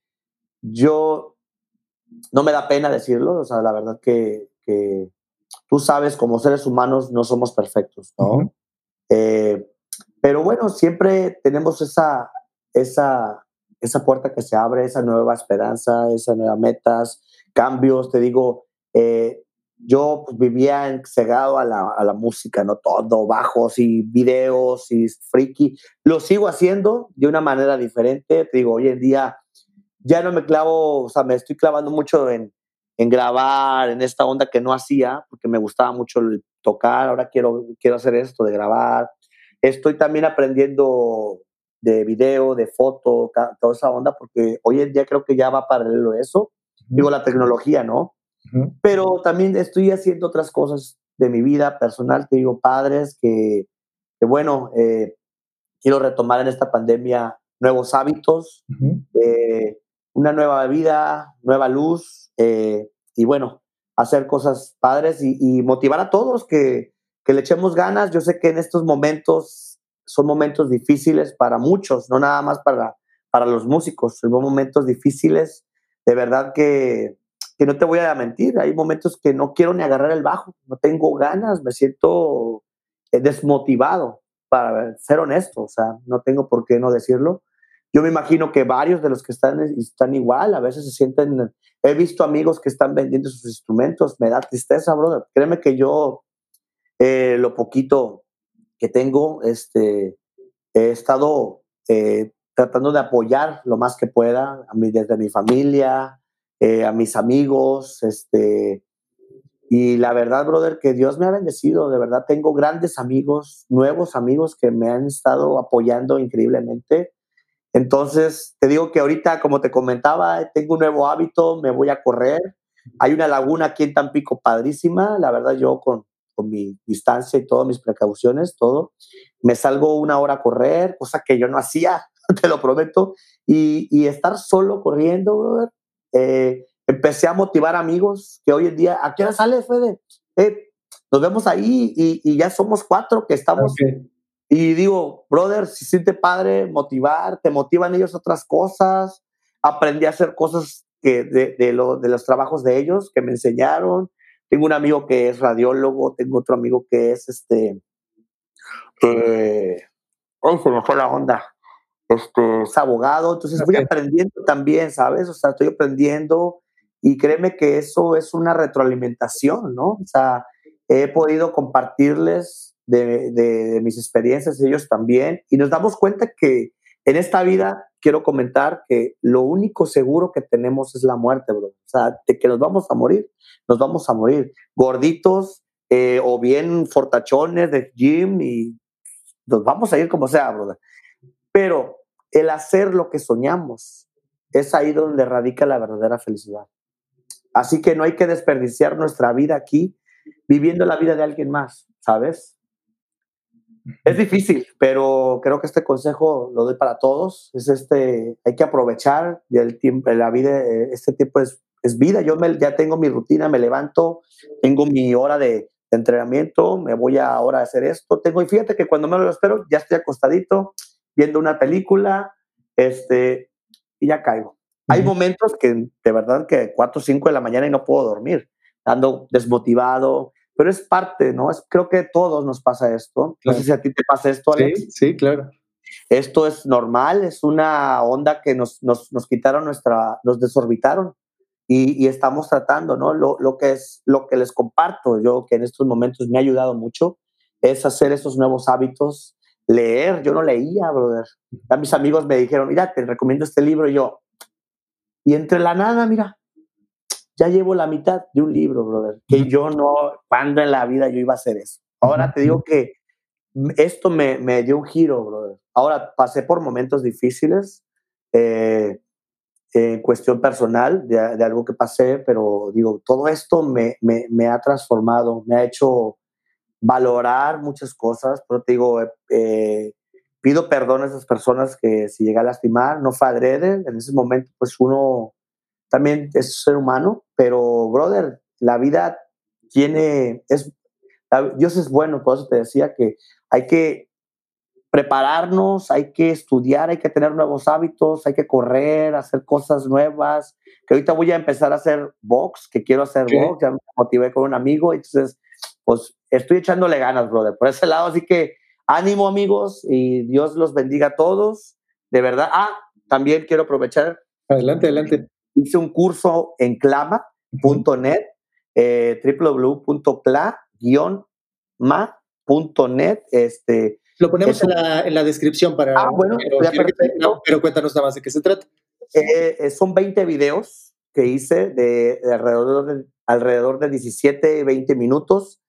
yo no me da pena decirlo. O sea, la verdad que, que tú sabes, como seres humanos no somos perfectos, ¿no? Uh-huh. Eh, pero bueno, siempre tenemos esa, esa, esa puerta que se abre, esa nueva esperanza, esas nuevas metas, cambios. Te digo, eh, yo pues, vivía cegado a la, a la música, ¿no? Todo, bajos y videos y friki. Lo sigo haciendo de una manera diferente. Te digo, hoy en día ya no me clavo, o sea, me estoy clavando mucho en, en grabar, en esta onda que no hacía, porque me gustaba mucho el tocar. Ahora quiero, quiero hacer esto de grabar. Estoy también aprendiendo de video, de foto, toda esa onda, porque hoy en día creo que ya va paralelo eso. Uh-huh. Digo, la tecnología, ¿no? Uh-huh. Pero también estoy haciendo otras cosas de mi vida personal, te digo, padres, que, que bueno, eh, quiero retomar en esta pandemia nuevos hábitos, uh-huh. eh, una nueva vida, nueva luz, eh, y bueno, hacer cosas padres y, y motivar a todos que, que le echemos ganas. Yo sé que en estos momentos son momentos difíciles para muchos, no nada más para, para los músicos, son momentos difíciles, de verdad que, que no te voy a mentir, hay momentos que no quiero ni agarrar el bajo, no tengo ganas, me siento desmotivado, para ser honesto, o sea, no tengo por qué no decirlo. Yo me imagino que varios de los que están, están igual, a veces se sienten, he visto amigos que están vendiendo sus instrumentos, me da tristeza, brother. Créeme que yo, eh, lo poquito que tengo, este, he estado eh, tratando de apoyar lo más que pueda, a mí, desde mi familia, eh, a mis amigos, este, y la verdad, brother, que Dios me ha bendecido, de verdad tengo grandes amigos, nuevos amigos que me han estado apoyando increíblemente. Entonces, te digo que ahorita, como te comentaba, tengo un nuevo hábito, me voy a correr. Hay una laguna aquí en Tampico padrísima, la verdad yo con, con mi distancia y todas mis precauciones, todo, me salgo una hora a correr, cosa que yo no hacía, te lo prometo, y, y estar solo corriendo, brother, eh, empecé a motivar amigos que hoy en día, ¿a qué hora sales, Fede? Eh, nos vemos ahí y, y ya somos cuatro que estamos. Okay. Y digo, brother, si siente padre motivar, te motivan ellos otras cosas. Aprendí a hacer cosas que de, de, lo, de los trabajos de ellos que me enseñaron. Tengo un amigo que es radiólogo, tengo otro amigo que es este. Eh, ¡Ay, se me fue la onda! Este, es abogado, entonces okay. Voy aprendiendo también, ¿sabes? O sea, estoy aprendiendo y créeme que eso es una retroalimentación, ¿no? O sea, he podido compartirles de, de, de mis experiencias, ellos también, y nos damos cuenta que en esta vida, quiero comentar que lo único seguro que tenemos es la muerte, bro. O sea, de que nos vamos a morir, nos vamos a morir. Gorditos eh, o bien fortachones de gym y nos vamos a ir como sea, brother. Pero el hacer lo que soñamos es ahí donde radica la verdadera felicidad. Así que no hay que desperdiciar nuestra vida aquí viviendo la vida de alguien más, ¿sabes? Es difícil, pero creo que este consejo lo doy para todos. Es este, hay que aprovechar el tiempo, la vida, este tiempo es, es vida. Yo me, ya tengo mi rutina, me levanto, tengo mi hora de, de entrenamiento, me voy a ahora a hacer esto. Tengo, y fíjate que cuando me lo espero, ya estoy acostadito, viendo una película, este, y ya caigo. Uh-huh. Hay momentos que de verdad que cuatro o cinco de la mañana y no puedo dormir, ando desmotivado, pero es parte, ¿no? Es, creo que a todos nos pasa esto. Claro. No sé si a ti te pasa esto, Alex. Sí, sí, claro. Esto es normal, es una onda que nos, nos, nos quitaron nuestra, nos desorbitaron y, y estamos tratando, ¿no? Lo, lo, que es, lo que les comparto yo, que en estos momentos me ha ayudado mucho, es hacer esos nuevos hábitos. Leer, yo no leía, brother. Ya mis amigos me dijeron, mira, te recomiendo este libro. Y yo, y entre la nada, mira, ya llevo la mitad de un libro, brother. Que yo no, ¿cuándo en la vida yo iba a hacer eso? Ahora te digo que esto me, me dio un giro, brother. Ahora pasé por momentos difíciles, eh, en cuestión personal, de, de algo que pasé, pero digo, todo esto me, me, me ha transformado, me ha hecho valorar muchas cosas, pero te digo, eh, pido perdón a esas personas que si llegué a lastimar, no fue adrede, en ese momento pues uno también es ser humano, pero brother, la vida tiene, es, la, Dios es bueno, por eso te decía que hay que prepararnos, hay que estudiar, hay que tener nuevos hábitos, hay que correr, hacer cosas nuevas, que ahorita voy a empezar a hacer box, que quiero hacer ¿Qué? box, ya me motivé con un amigo, entonces pues estoy echándole ganas, brother, por ese lado, así que ánimo amigos y Dios los bendiga a todos, de verdad. Ah, también quiero aprovechar. Adelante, adelante. Hice un curso en clama punto net, eh, w w w punto cla guion ma punto net, este... Lo ponemos en la, en la descripción para... Ah, bueno, pero, ya perfecto. No, pero cuéntanos nada más de qué se trata. Eh, son veinte videos que hice de, de, alrededor, de alrededor de diecisiete, veinte minutos.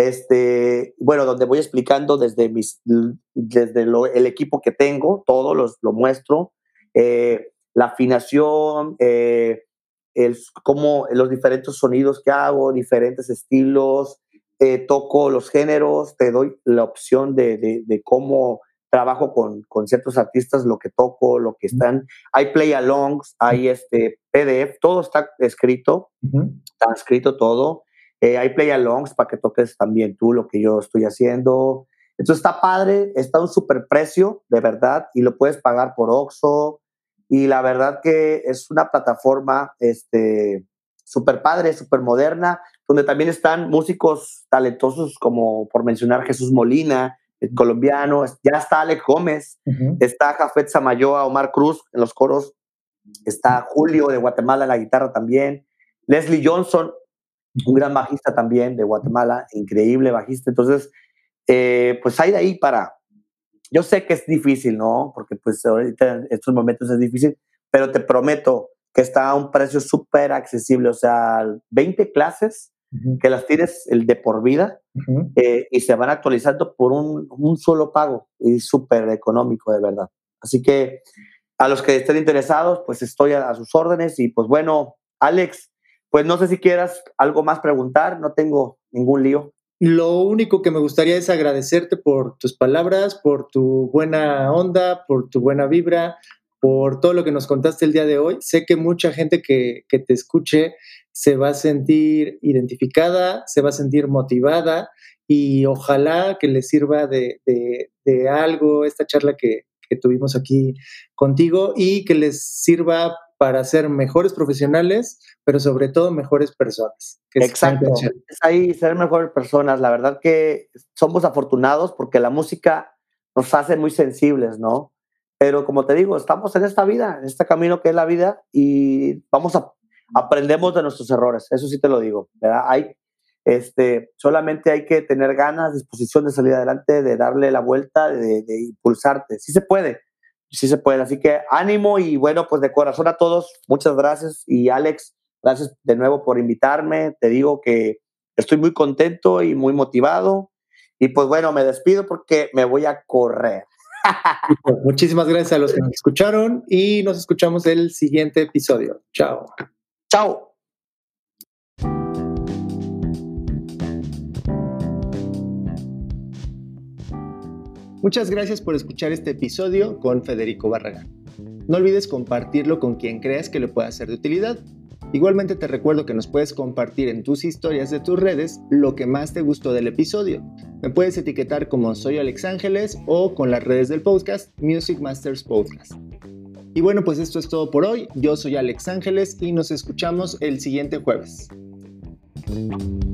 Este, bueno, donde voy explicando desde, mis, desde lo, el equipo que tengo, todo los, lo muestro, eh, la afinación, eh, el, cómo, los diferentes sonidos que hago, diferentes estilos, eh, toco los géneros, te doy la opción de, de, de cómo trabajo con, con ciertos artistas, lo que toco, lo que están. Hay play-alongs, hay este P D F, todo está escrito, uh-huh. está escrito todo. Eh, hay play-alongs para que toques también tú lo que yo estoy haciendo. Entonces está padre, está a un super precio, de verdad, y lo puedes pagar por Oxxo. Y la verdad que es una plataforma este, súper padre, súper moderna, donde también están músicos talentosos como, por mencionar, Jesús Molina, el colombiano, ya está Alex Gómez, uh-huh. está Jafet Samayoa, Omar Cruz en los coros, está Julio de Guatemala en la guitarra también, Leslie Johnson, un gran bajista también de Guatemala, increíble bajista. Entonces, eh, pues hay de ahí para... Yo sé que es difícil, ¿no? Porque pues ahorita en estos momentos es difícil, pero te prometo que está a un precio súper accesible, o sea, veinte clases uh-huh. que las tienes el de por vida uh-huh. eh, y se van actualizando por un, un solo pago y súper económico, de verdad. Así que a los que estén interesados, pues estoy a, a sus órdenes y pues bueno, Alex, pues no sé si quieras algo más preguntar, no tengo ningún lío. Lo único que me gustaría es agradecerte por tus palabras, por tu buena onda, por tu buena vibra, por todo lo que nos contaste el día de hoy. Sé que mucha gente que, que te escuche se va a sentir identificada, se va a sentir motivada y ojalá que les sirva de, de, de algo esta charla que, que tuvimos aquí contigo y que les sirva para ser mejores profesionales, pero sobre todo mejores personas. Que Exacto, es, es ahí ser mejores personas. La verdad que somos afortunados porque la música nos hace muy sensibles, ¿no? Pero como te digo, estamos en esta vida, en este camino que es la vida y vamos a, aprendemos de nuestros errores, eso sí te lo digo, ¿verdad? Hay, este, solamente hay que tener ganas, disposición de salir adelante, de darle la vuelta, de, de impulsarte. Sí se puede. Sí se puede, así que ánimo y bueno, pues de corazón a todos, muchas gracias y Alex, gracias de nuevo por invitarme, te digo que estoy muy contento y muy motivado y pues bueno, me despido porque me voy a correr. Muchísimas gracias a los que nos escucharon y nos escuchamos el siguiente episodio. Chao. Chao. Muchas gracias por escuchar este episodio con Federico Barragán. No olvides compartirlo con quien creas que le pueda ser de utilidad. Igualmente te recuerdo que nos puedes compartir en tus historias de tus redes lo que más te gustó del episodio. Me puedes etiquetar como Soy Alex Ángeles o con las redes del podcast Music Masters Podcast. Y bueno, pues esto es todo por hoy. Yo soy Alex Ángeles y nos escuchamos el siguiente jueves.